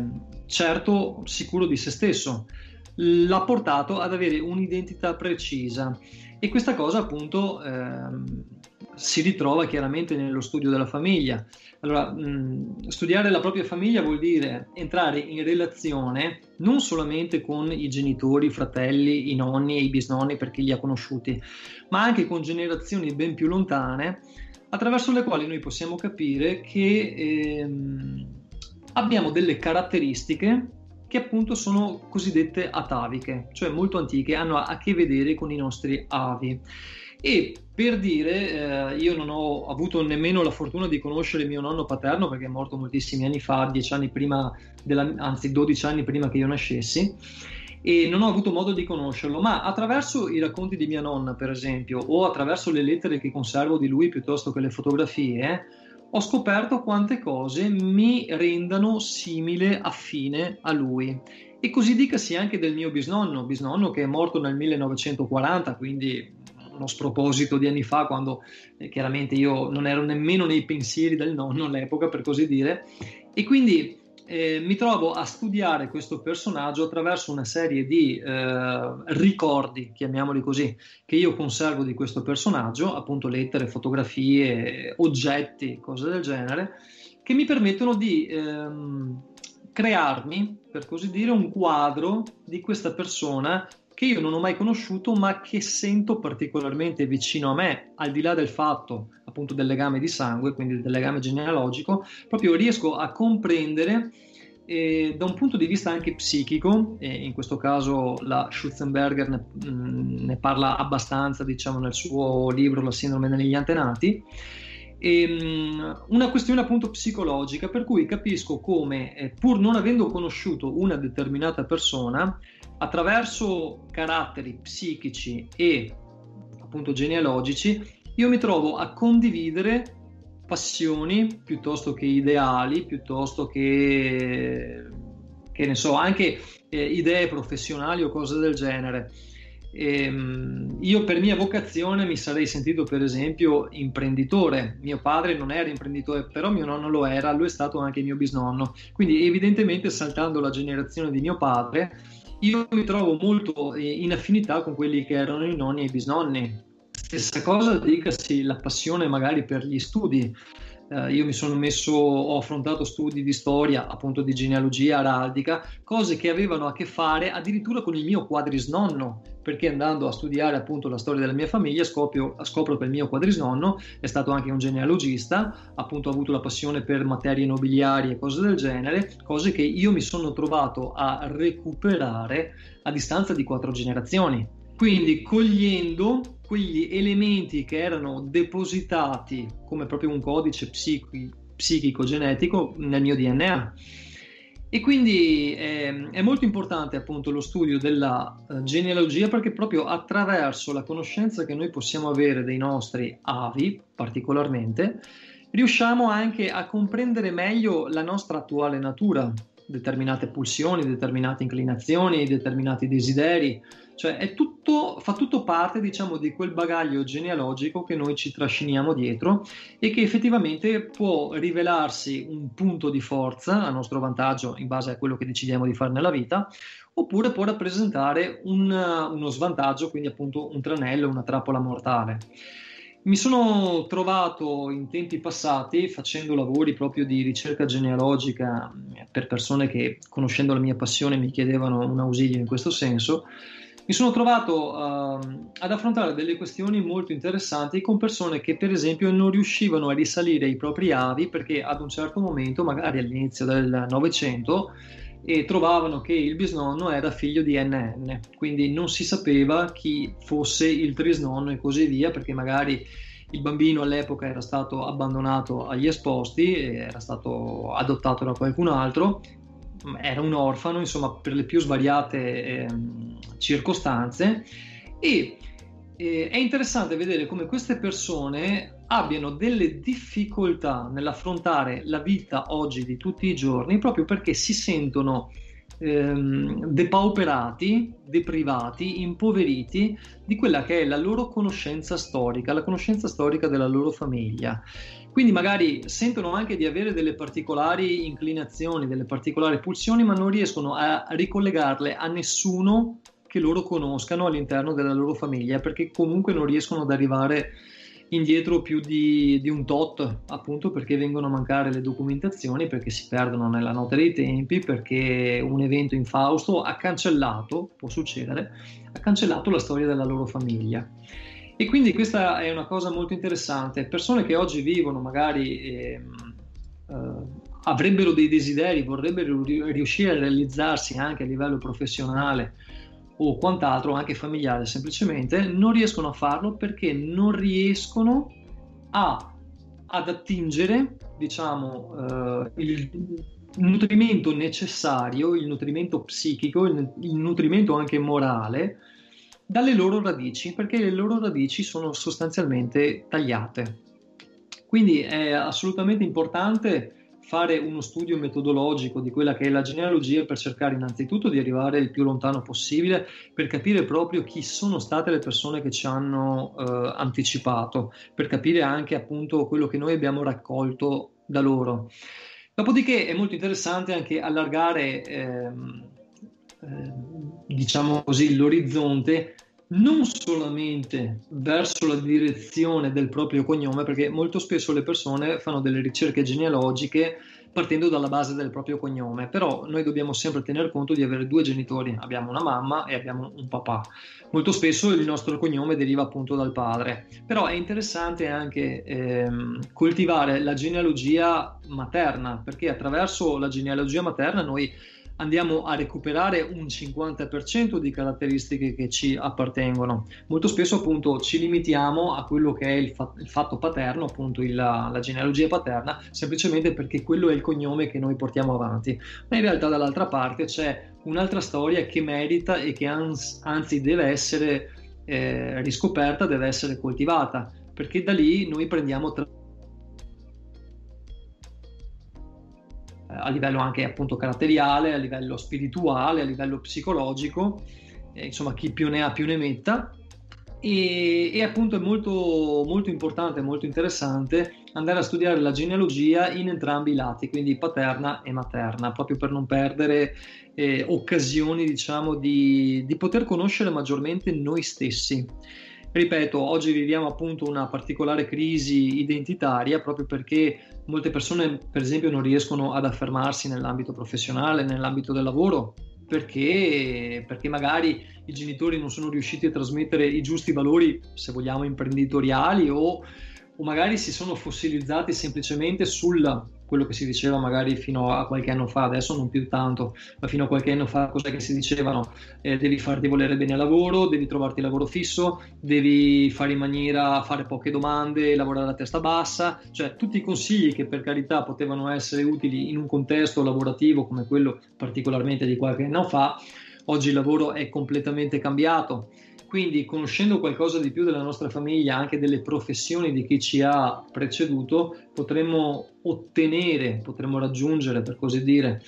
certo sicuro di se stesso, l'ha portato ad avere un'identità precisa e questa cosa appunto ehm, si ritrova chiaramente nello studio della famiglia. Allora, mh, studiare la propria famiglia vuol dire entrare in relazione non solamente con i genitori, i fratelli, i nonni e i bisnonni per chi li ha conosciuti, ma anche con generazioni ben più lontane attraverso le quali noi possiamo capire che ehm, abbiamo delle caratteristiche che appunto sono cosiddette ataviche, cioè molto antiche, hanno a che vedere con i nostri avi. E per dire, eh, io non ho avuto nemmeno la fortuna di conoscere mio nonno paterno perché è morto moltissimi anni fa, dieci anni prima, della, anzi dodici anni prima che io nascessi, e non ho avuto modo di conoscerlo, ma attraverso i racconti di mia nonna, per esempio, o attraverso le lettere che conservo di lui piuttosto che le fotografie, ho scoperto quante cose mi rendano simile, affine a lui. E così dicasi anche del mio bisnonno, bisnonno che è morto nel millenovecentoquaranta, quindi uno sproposito di anni fa, quando eh, chiaramente io non ero nemmeno nei pensieri del nonno all'epoca, per così dire, e quindi eh, mi trovo a studiare questo personaggio attraverso una serie di eh, ricordi, chiamiamoli così, che io conservo di questo personaggio, appunto lettere, fotografie, oggetti, cose del genere, che mi permettono di ehm, crearmi, per così dire, un quadro di questa persona che io non ho mai conosciuto ma che sento particolarmente vicino a me, al di là del fatto appunto del legame di sangue, quindi del legame genealogico, proprio riesco a comprendere eh, da un punto di vista anche psichico, e in questo caso la Schutzenberger ne, mh, ne parla abbastanza, diciamo, nel suo libro La sindrome degli antenati, e, mh, una questione appunto psicologica, per cui capisco come eh, pur non avendo conosciuto una determinata persona, attraverso caratteri psichici e appunto genealogici, io mi trovo a condividere passioni piuttosto che ideali, piuttosto che, che ne so, anche eh, idee professionali o cose del genere. E, io per mia vocazione mi sarei sentito per esempio imprenditore. Mio padre non era imprenditore, però mio nonno lo era, lo è stato anche mio bisnonno. Quindi evidentemente, saltando la generazione di mio padre, io mi trovo molto in affinità con quelli che erano i nonni e i bisnonni. Stessa cosa dicasi la passione magari per gli studi. Eh, io mi sono messo, ho affrontato studi di storia, appunto di genealogia araldica, cose che avevano a che fare addirittura con il mio quadrisnonno, perché andando a studiare appunto la storia della mia famiglia scopro, scopro che il mio quadrisnonno è stato anche un genealogista, appunto ha avuto la passione per materie nobiliari e cose del genere, cose che io mi sono trovato a recuperare a distanza di quattro generazioni. Quindi cogliendo quegli elementi che erano depositati come proprio un codice psichi, psichico genetico nel mio D N A. E quindi eh, è molto importante appunto lo studio della uh, genealogia, perché proprio attraverso la conoscenza che noi possiamo avere dei nostri avi particolarmente riusciamo anche a comprendere meglio la nostra attuale natura, determinate pulsioni, determinate inclinazioni, determinati desideri, cioè è tutto, fa tutto parte, diciamo, di quel bagaglio genealogico che noi ci trasciniamo dietro e che effettivamente può rivelarsi un punto di forza a nostro vantaggio in base a quello che decidiamo di fare nella vita, oppure può rappresentare un, uno svantaggio, quindi appunto un tranello, una trappola mortale. Mi sono trovato in tempi passati, facendo lavori proprio di ricerca genealogica per persone che, conoscendo la mia passione, mi chiedevano un ausilio in questo senso, mi sono trovato uh, ad affrontare delle questioni molto interessanti con persone che per esempio non riuscivano a risalire ai propri avi perché ad un certo momento, magari all'inizio del Novecento, e trovavano che il bisnonno era figlio di N N, quindi non si sapeva chi fosse il trisnonno e così via, perché magari il bambino all'epoca era stato abbandonato agli esposti, era stato adottato da qualcun altro, era un orfano, insomma, per le più svariate eh, circostanze. E eh, è interessante vedere come queste persone abbiano delle difficoltà nell'affrontare la vita oggi di tutti i giorni, proprio perché si sentono ehm, depauperati, deprivati, impoveriti di quella che è la loro conoscenza storica, la conoscenza storica della loro famiglia. Quindi magari sentono anche di avere delle particolari inclinazioni, delle particolari pulsioni, ma non riescono a ricollegarle a nessuno che loro conoscano all'interno della loro famiglia, perché comunque non riescono ad arrivare indietro più di, di un tot, appunto perché vengono a mancare le documentazioni, perché si perdono nella notte dei tempi, perché un evento infausto ha cancellato, può succedere, ha cancellato la storia della loro famiglia. E quindi questa è una cosa molto interessante. Persone che oggi vivono magari eh, eh, avrebbero dei desideri, vorrebbero riuscire a realizzarsi anche a livello professionale o quant'altro, anche familiare semplicemente, non riescono a farlo perché non riescono a, ad attingere, diciamo, eh, il nutrimento necessario, il nutrimento psichico, il, il nutrimento anche morale dalle loro radici, perché le loro radici sono sostanzialmente tagliate. Quindi è assolutamente importante fare uno studio metodologico di quella che è la genealogia per cercare innanzitutto di arrivare il più lontano possibile, per capire proprio chi sono state le persone che ci hanno eh, anticipato, per capire anche appunto quello che noi abbiamo raccolto da loro. Dopodiché è molto interessante anche allargare ehm, eh, diciamo così l'orizzonte non solamente verso la direzione del proprio cognome, perché molto spesso le persone fanno delle ricerche genealogiche partendo dalla base del proprio cognome, però noi dobbiamo sempre tener conto di avere due genitori, abbiamo una mamma e abbiamo un papà. Molto spesso il nostro cognome deriva appunto dal padre, però è interessante anche ehm, coltivare la genealogia materna, perché attraverso la genealogia materna noi andiamo a recuperare un cinquanta per cento di caratteristiche che ci appartengono. Molto spesso appunto ci limitiamo a quello che è il, fa- il fatto paterno, appunto il, la genealogia paterna, semplicemente perché quello è il cognome che noi portiamo avanti. Ma in realtà dall'altra parte c'è un'altra storia che merita e che ans- anzi deve essere eh, riscoperta, deve essere coltivata, perché da lì noi prendiamo tra- a livello anche appunto caratteriale, a livello spirituale, a livello psicologico, eh, insomma chi più ne ha più ne metta, e, e appunto è molto, molto importante, molto interessante andare a studiare la genealogia in entrambi i lati, quindi paterna e materna, proprio per non perdere eh, occasioni, diciamo, di, di poter conoscere maggiormente noi stessi. Ripeto, oggi viviamo appunto una particolare crisi identitaria proprio perché molte persone, per esempio, non riescono ad affermarsi nell'ambito professionale, nell'ambito del lavoro, perché, perché magari i genitori non sono riusciti a trasmettere i giusti valori, se vogliamo, imprenditoriali, o, o magari si sono fossilizzati semplicemente sul quello che si diceva magari fino a qualche anno fa, adesso non più tanto, ma fino a qualche anno fa cos'è che si dicevano? Eh, devi farti volere bene al lavoro, devi trovarti lavoro fisso, devi fare in maniera, fare poche domande, lavorare a testa bassa, cioè tutti i consigli che per carità potevano essere utili in un contesto lavorativo come quello particolarmente di qualche anno fa. Oggi il lavoro è completamente cambiato, quindi conoscendo qualcosa di più della nostra famiglia, anche delle professioni di chi ci ha preceduto, potremmo ottenere, potremmo raggiungere, per così dire,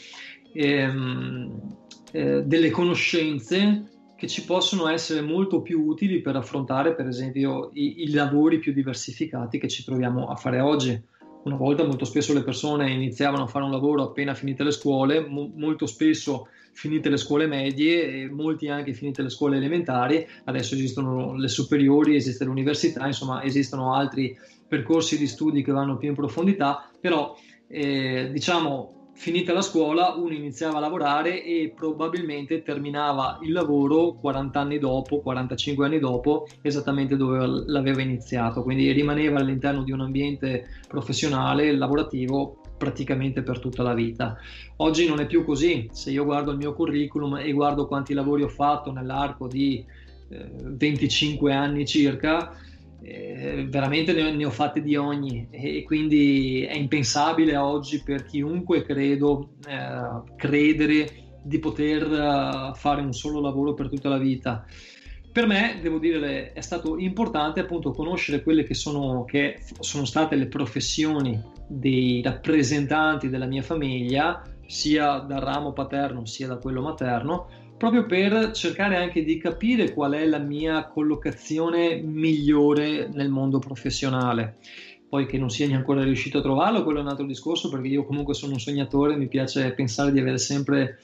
ehm, eh, delle conoscenze che ci possono essere molto più utili per affrontare, per esempio, i, i lavori più diversificati che ci troviamo a fare oggi. Una volta molto spesso le persone iniziavano a fare un lavoro appena finite le scuole, mo- molto spesso finite le scuole medie e molti anche finite le scuole elementari. Adesso esistono le superiori, esiste l'università, insomma esistono altri percorsi di studi che vanno più in profondità, però eh, diciamo finita la scuola uno iniziava a lavorare e probabilmente terminava il lavoro quaranta anni dopo, quarantacinque anni dopo, esattamente dove l'aveva iniziato, quindi rimaneva all'interno di un ambiente professionale, lavorativo, praticamente per tutta la vita. Oggi non è più così. Se io guardo il mio curriculum e guardo quanti lavori ho fatto nell'arco di eh, venticinque anni circa, eh, veramente ne ho, ne ho fatte di ogni, e quindi è impensabile oggi per chiunque, credo, eh, credere di poter uh, fare un solo lavoro per tutta la vita. Per me, devo dire, è stato importante appunto conoscere quelle che sono, che sono state le professioni dei rappresentanti della mia famiglia, sia dal ramo paterno sia da quello materno, proprio per cercare anche di capire qual è la mia collocazione migliore nel mondo professionale. Poi che non sia neanche ancora riuscito a trovarlo, quello è un altro discorso, perché io comunque sono un sognatore, mi piace pensare di avere sempre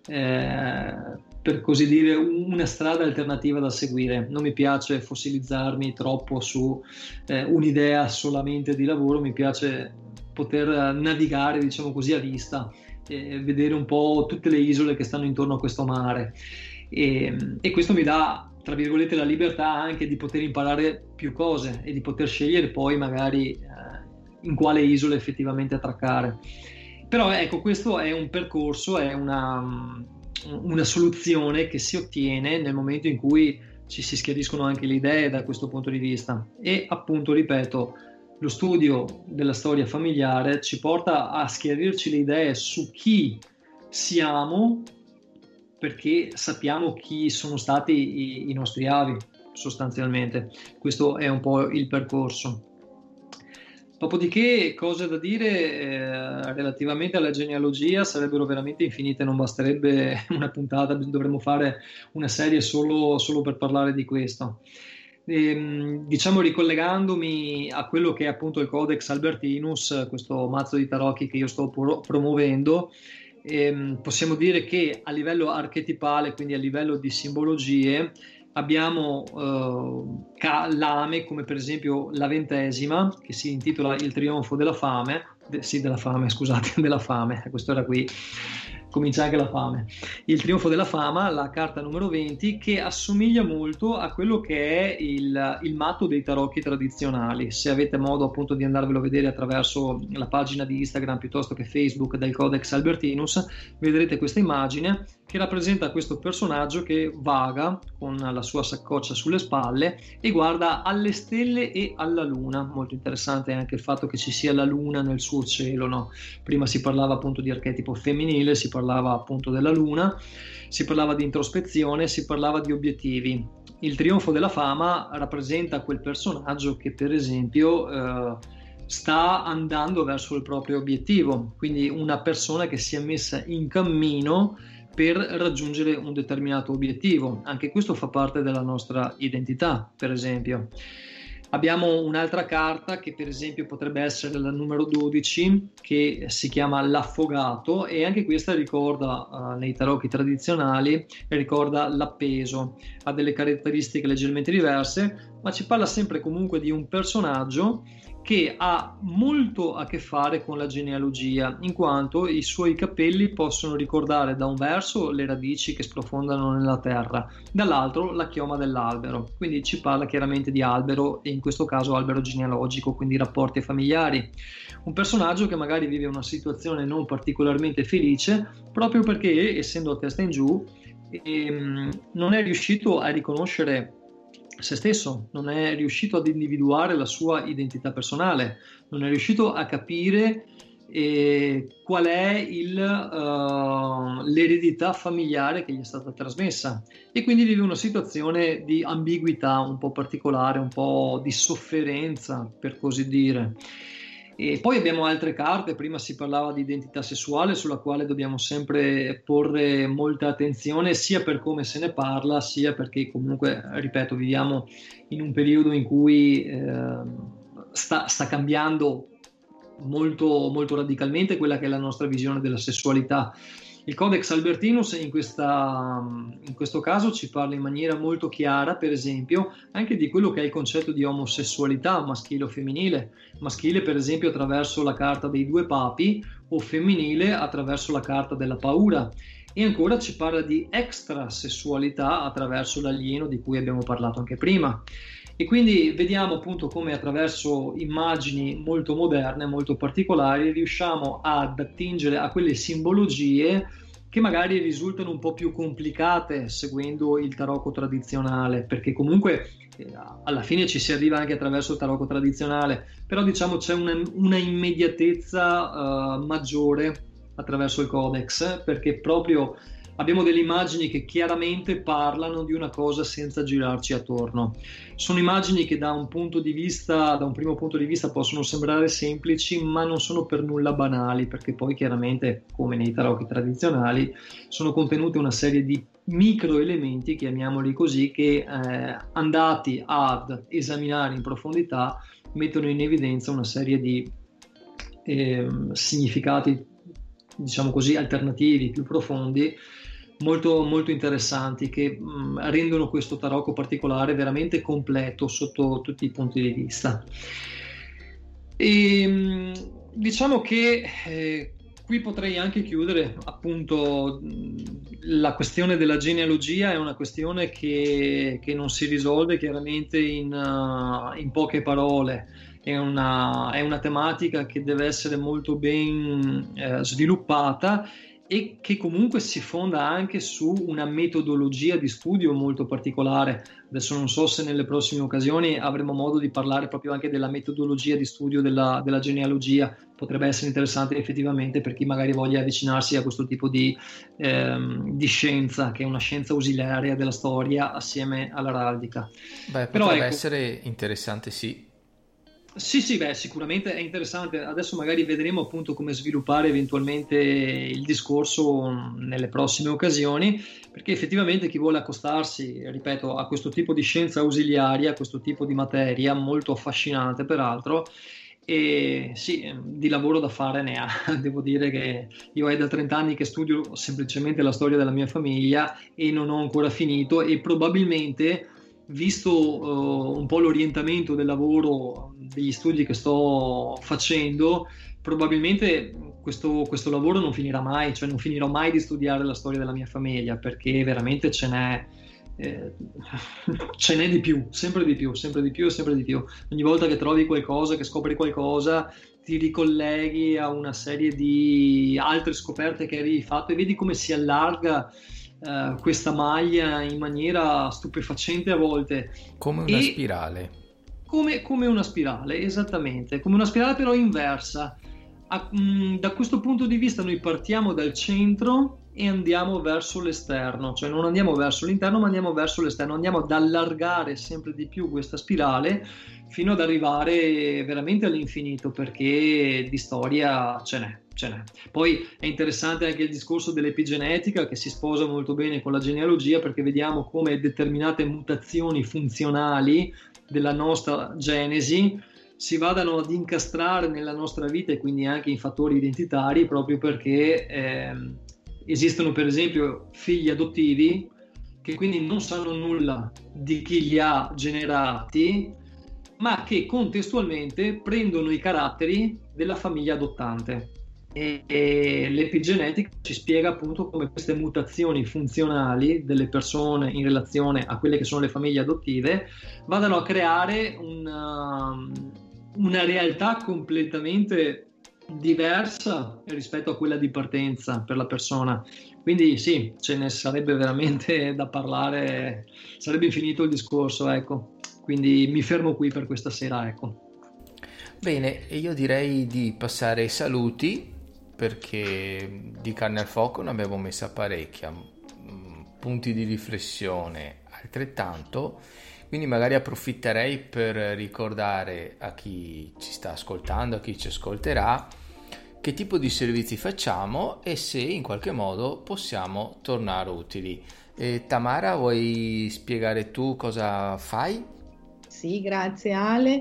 eh, per così dire una strada alternativa da seguire. Non mi piace fossilizzarmi troppo su eh, un'idea solamente di lavoro, mi piace poter navigare, diciamo così, a vista e vedere un po' tutte le isole che stanno intorno a questo mare, e, e questo mi dà, tra virgolette, la libertà anche di poter imparare più cose e di poter scegliere poi magari eh, in quale isola effettivamente attraccare. Però ecco, questo è un percorso, è una, una soluzione che si ottiene nel momento in cui ci si schiariscono anche le idee da questo punto di vista. E appunto, ripeto, lo studio della storia familiare ci porta a schiarirci le idee su chi siamo, perché sappiamo chi sono stati i, i nostri avi, sostanzialmente. Questo è un po' il percorso. Dopodiché, cose da dire eh, relativamente alla genealogia sarebbero veramente infinite, non basterebbe una puntata, dovremmo fare una serie solo, solo per parlare di questo. E, diciamo, ricollegandomi a quello che è appunto il Codex Albertinus, questo mazzo di tarocchi che io sto pro- promuovendo, ehm, possiamo dire che a livello archetipale, quindi a livello di simbologie, abbiamo eh, ca- lame come per esempio la ventesima, che si intitola Il trionfo della fame, de- sì della fame scusate, della fame, questo era qui, comincia anche la fame. Il trionfo della fama, la carta numero venti, che assomiglia molto a quello che è il, il matto dei tarocchi tradizionali. Se avete modo appunto di andarvelo a vedere attraverso la pagina di Instagram piuttosto che Facebook del Codex Albertinus, vedrete questa immagine che rappresenta questo personaggio che vaga con la sua saccoccia sulle spalle e guarda alle stelle e alla luna. Molto interessante anche il fatto che ci sia la luna nel suo cielo, no? Prima si parlava appunto di archetipo femminile, si parlava appunto della luna, si parlava di introspezione, si parlava di obiettivi. Il trionfo della fama rappresenta quel personaggio che per esempio eh, sta andando verso il proprio obiettivo, quindi una persona che si è messa in cammino per raggiungere un determinato obiettivo. Anche questo fa parte della nostra identità, per esempio. Abbiamo un'altra carta che per esempio potrebbe essere la numero dodici, che si chiama l'affogato, e anche questa ricorda uh, nei tarocchi tradizionali, ricorda l'appeso, ha delle caratteristiche leggermente diverse, ma ci parla sempre comunque di un personaggio che ha molto a che fare con la genealogia, in quanto i suoi capelli possono ricordare da un verso le radici che sprofondano nella terra, dall'altro la chioma dell'albero. Quindi ci parla chiaramente di albero, e in questo caso albero genealogico, quindi rapporti familiari. Un personaggio che magari vive una situazione non particolarmente felice proprio perché, essendo a testa in giù, ehm, non è riuscito a riconoscere se stesso, non è riuscito ad individuare la sua identità personale, non è riuscito a capire eh, qual è il, uh, l'eredità familiare che gli è stata trasmessa, e quindi vive una situazione di ambiguità un po' particolare, un po' di sofferenza, per così dire. E poi abbiamo altre carte. Prima si parlava di identità sessuale, sulla quale dobbiamo sempre porre molta attenzione, sia per come se ne parla, sia perché comunque, ripeto, viviamo in un periodo in cui eh, sta, sta cambiando molto, molto radicalmente quella che è la nostra visione della sessualità. Il Codex Albertinus in, questa, in questo caso ci parla in maniera molto chiara, per esempio, anche di quello che è il concetto di omosessualità, maschile o femminile. Maschile, per esempio, attraverso la carta dei due papi, o femminile attraverso la carta della paura. E ancora ci parla di extrasessualità attraverso l'alieno, di cui abbiamo parlato anche prima. E quindi vediamo appunto come attraverso immagini molto moderne, molto particolari, riusciamo ad attingere a quelle simbologie che magari risultano un po' più complicate seguendo il tarocco tradizionale, perché comunque eh, alla fine ci si arriva anche attraverso il tarocco tradizionale, però diciamo c'è una, una immediatezza uh, maggiore attraverso il codex, perché proprio abbiamo delle immagini che chiaramente parlano di una cosa senza girarci attorno. Sono immagini che da un punto di vista, da un primo punto di vista possono sembrare semplici, ma non sono per nulla banali, perché poi chiaramente, come nei tarocchi tradizionali, sono contenute una serie di micro elementi, chiamiamoli così, che eh, andati ad esaminare in profondità mettono in evidenza una serie di eh, significati, diciamo così, alternativi, più profondi, molto, molto interessanti, che mh, rendono questo tarocco particolare veramente completo sotto tutti i punti di vista. E mh, diciamo che eh, qui potrei anche chiudere. Appunto, la questione della genealogia è una questione che, che non si risolve chiaramente in, uh, in poche parole. È una, è una tematica che deve essere molto ben eh, sviluppata, e che comunque si fonda anche su una metodologia di studio molto particolare. Adesso non so se nelle prossime occasioni avremo modo di parlare proprio anche della metodologia di studio della, della genealogia. Potrebbe essere interessante effettivamente per chi magari voglia avvicinarsi a questo tipo di, ehm, di scienza, che è una scienza ausiliaria della storia assieme all'araldica.
Beh,
Però
potrebbe
ecco,
essere interessante, sì.
Sì, sì, beh, sicuramente è interessante. Adesso magari vedremo appunto come sviluppare eventualmente il discorso nelle prossime occasioni, perché effettivamente chi vuole accostarsi, ripeto, a questo tipo di scienza ausiliaria, a questo tipo di materia molto affascinante peraltro, e sì, di lavoro da fare ne ha. Devo dire che io è da trenta anni che studio semplicemente la storia della mia famiglia e non ho ancora finito, e probabilmente, visto uh, un po' l'orientamento del lavoro, degli studi che sto facendo, probabilmente questo, questo lavoro non finirà mai, cioè non finirò mai di studiare la storia della mia famiglia, perché veramente ce n'è, eh, ce n'è di più, sempre di più, sempre di più e sempre di più. Ogni volta che trovi qualcosa, che scopri qualcosa, ti ricolleghi a una serie di altre scoperte che avevi fatto e vedi come si allarga Uh, questa maglia in maniera stupefacente a volte,
come una
e
spirale
come, come una spirale, esattamente, come una spirale però inversa. A, mh, da questo punto di vista noi partiamo dal centro e andiamo verso l'esterno, cioè non andiamo verso l'interno ma andiamo verso l'esterno, andiamo ad allargare sempre di più questa spirale fino ad arrivare veramente all'infinito, perché di storia ce n'è. Ce n'è. Poi è interessante anche il discorso dell'epigenetica, che si sposa molto bene con la genealogia, perché vediamo come determinate mutazioni funzionali della nostra genesi si vadano ad incastrare nella nostra vita, e quindi anche in fattori identitari, proprio perché eh, esistono per esempio figli adottivi che quindi non sanno nulla di chi li ha generati, ma che contestualmente prendono i caratteri della famiglia adottante. E, e l'epigenetica ci spiega appunto come queste mutazioni funzionali delle persone in relazione a quelle che sono le famiglie adottive vadano a creare una, una realtà completamente diversa rispetto a quella di partenza per la persona. Quindi sì, ce ne sarebbe veramente da parlare, sarebbe infinito il discorso, ecco. Quindi mi fermo qui per questa sera, ecco.
Bene, e io direi di passare ai saluti, perché di carne al fuoco ne abbiamo messa parecchia, punti di riflessione altrettanto, quindi magari approfitterei per ricordare a chi ci sta ascoltando, a chi ci ascolterà, che tipo di servizi facciamo e se in qualche modo possiamo tornare utili. E Tamara, vuoi spiegare tu cosa fai?
Sì, grazie Ale.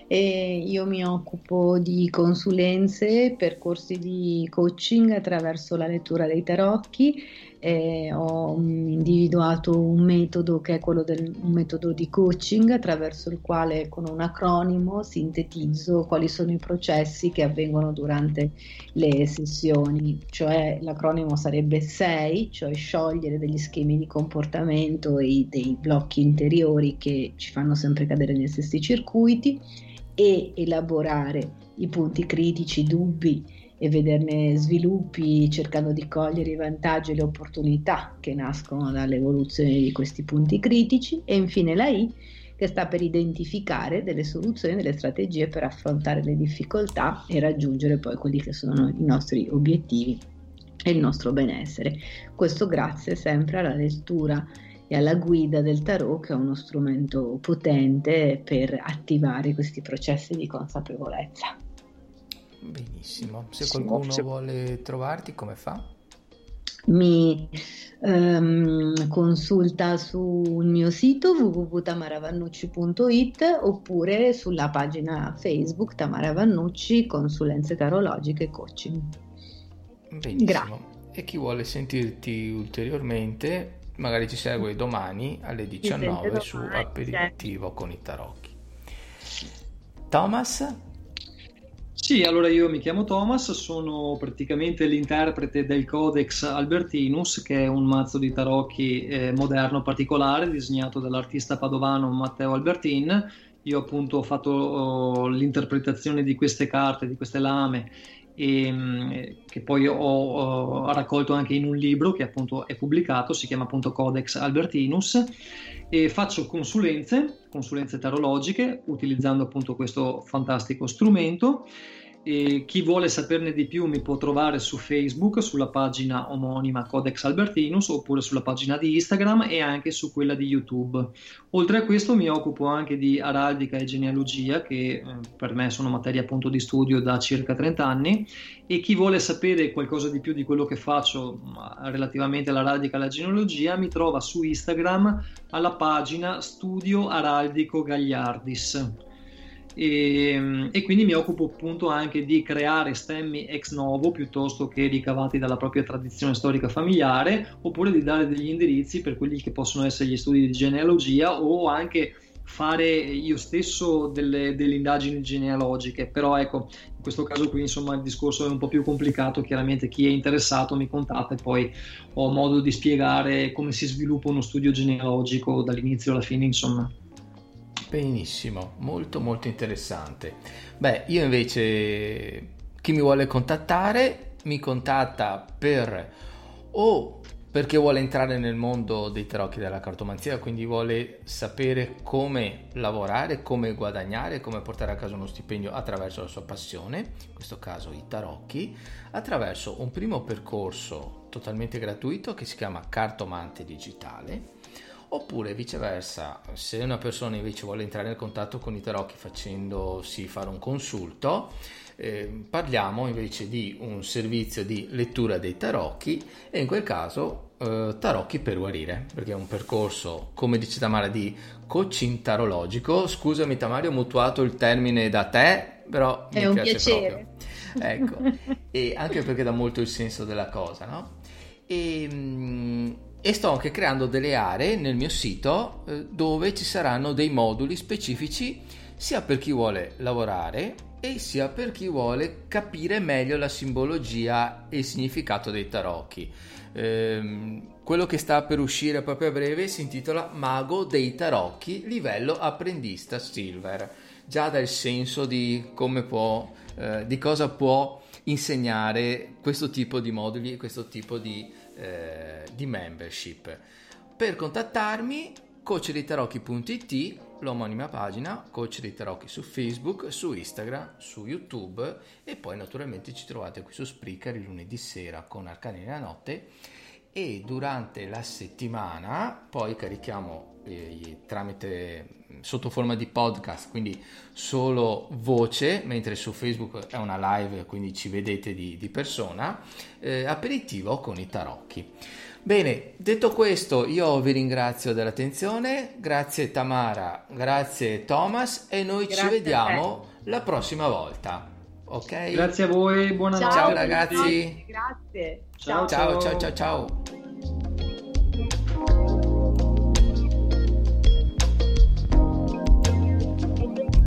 E io mi occupo di consulenze, percorsi di coaching attraverso la lettura dei tarocchi. E ho individuato un metodo che è quello del un metodo di coaching attraverso il quale con un acronimo sintetizzo quali sono i processi che avvengono durante le sessioni, cioè l'acronimo sarebbe sei, cioè sciogliere degli schemi di comportamento e dei blocchi interiori che ci fanno sempre cadere nei stessi circuiti, e elaborare i punti critici, i dubbi e vederne sviluppi, cercando di cogliere i vantaggi e le opportunità che nascono dall'evoluzione di questi punti critici, e infine la I, che sta per identificare delle soluzioni, delle strategie per affrontare le difficoltà e raggiungere poi quelli che sono i nostri obiettivi e il nostro benessere. Questo grazie sempre alla lettura e alla guida del tarot, che è uno strumento potente per attivare questi processi di consapevolezza.
Benissimo, se qualcuno sì, vuole trovarti come fa?
Mi ehm, consulta sul mio sito w w w punto tamara vannucci punto i t oppure sulla pagina Facebook Tamara Vannucci Consulenze Tarologiche e Coaching.
Benissimo. Grazie. E chi vuole sentirti ulteriormente magari ci segue domani alle diciannove domani, su Aperitivo con i Tarocchi. Thomas?
Sì, allora io mi chiamo Thomas, sono praticamente l'interprete del Codex Albertinus, che è un mazzo di tarocchi eh, moderno particolare disegnato dall'artista padovano Matteo Albertin. Io appunto ho fatto oh, l'interpretazione di queste carte, di queste lame, e, che poi ho, ho raccolto anche in un libro che appunto è pubblicato, si chiama appunto Codex Albertinus, e faccio consulenze, consulenze tarologiche utilizzando appunto questo fantastico strumento. E chi vuole saperne di più mi può trovare su Facebook, sulla pagina omonima Codex Albertinus, oppure sulla pagina di Instagram e anche su quella di YouTube. Oltre a questo mi occupo anche di araldica e genealogia, che eh, per me sono materia appunto di studio da circa trenta anni, e chi vuole sapere qualcosa di più di quello che faccio relativamente all'araldica e alla genealogia mi trova su Instagram alla pagina Studio Araldico Gagliardis. E, e quindi mi occupo appunto anche di creare stemmi ex novo piuttosto che ricavati dalla propria tradizione storica familiare, oppure di dare degli indirizzi per quelli che possono essere gli studi di genealogia, o anche fare io stesso delle, delle indagini genealogiche. Però ecco, in questo caso qui insomma il discorso è un po' più complicato. Chiaramente chi è interessato mi contatta e poi ho modo di spiegare come si sviluppa uno studio genealogico dall'inizio alla fine, insomma.
Benissimo, molto molto interessante. Beh, io invece, chi mi vuole contattare mi contatta per o perché vuole entrare nel mondo dei tarocchi della cartomanzia, quindi vuole sapere come lavorare, come guadagnare, come portare a casa uno stipendio attraverso la sua passione, in questo caso i tarocchi, attraverso un primo percorso totalmente gratuito che si chiama Cartomante Digitale. Oppure viceversa, se una persona invece vuole entrare in contatto con i tarocchi facendosi fare un consulto, eh, parliamo invece di un servizio di lettura dei tarocchi, e in quel caso eh, tarocchi per guarire, perché è un percorso, come dice Tamara, di coaching tarologico. Scusami Tamara, ho mutuato il termine da te, però
è
mi
un
piace
piacere.
Proprio. Ecco, e anche perché dà molto il senso della cosa, no? E mh, E sto anche creando delle aree nel mio sito eh, dove ci saranno dei moduli specifici sia per chi vuole lavorare e sia per chi vuole capire meglio la simbologia e il significato dei tarocchi. Ehm, quello che sta per uscire proprio a breve si intitola Mago dei Tarocchi livello apprendista Silver. Già dà il senso di come può, eh, di cosa può insegnare questo tipo di moduli e questo tipo di, eh, di membership. Per contattarmi, coach dei tarocchi punto it, l'omonima pagina, Coach dei Tarocchi su Facebook, su Instagram, su YouTube, e poi naturalmente ci trovate qui su Spreaker il lunedì sera con Arcani nella notte, e durante la settimana poi carichiamo eh, tramite sotto forma di podcast, quindi solo voce, mentre su Facebook è una live, quindi ci vedete di, di persona, eh, aperitivo con i tarocchi. Bene, detto questo, io vi ringrazio dell'attenzione, grazie Tamara, grazie Thomas, e noi
Grazie
ci vediamo la prossima volta. Ok?
Grazie a voi, buonanotte.
Ciao ragazzi.
Grazie.
Ciao,
Ciao
ciao,
ciao ciao ciao.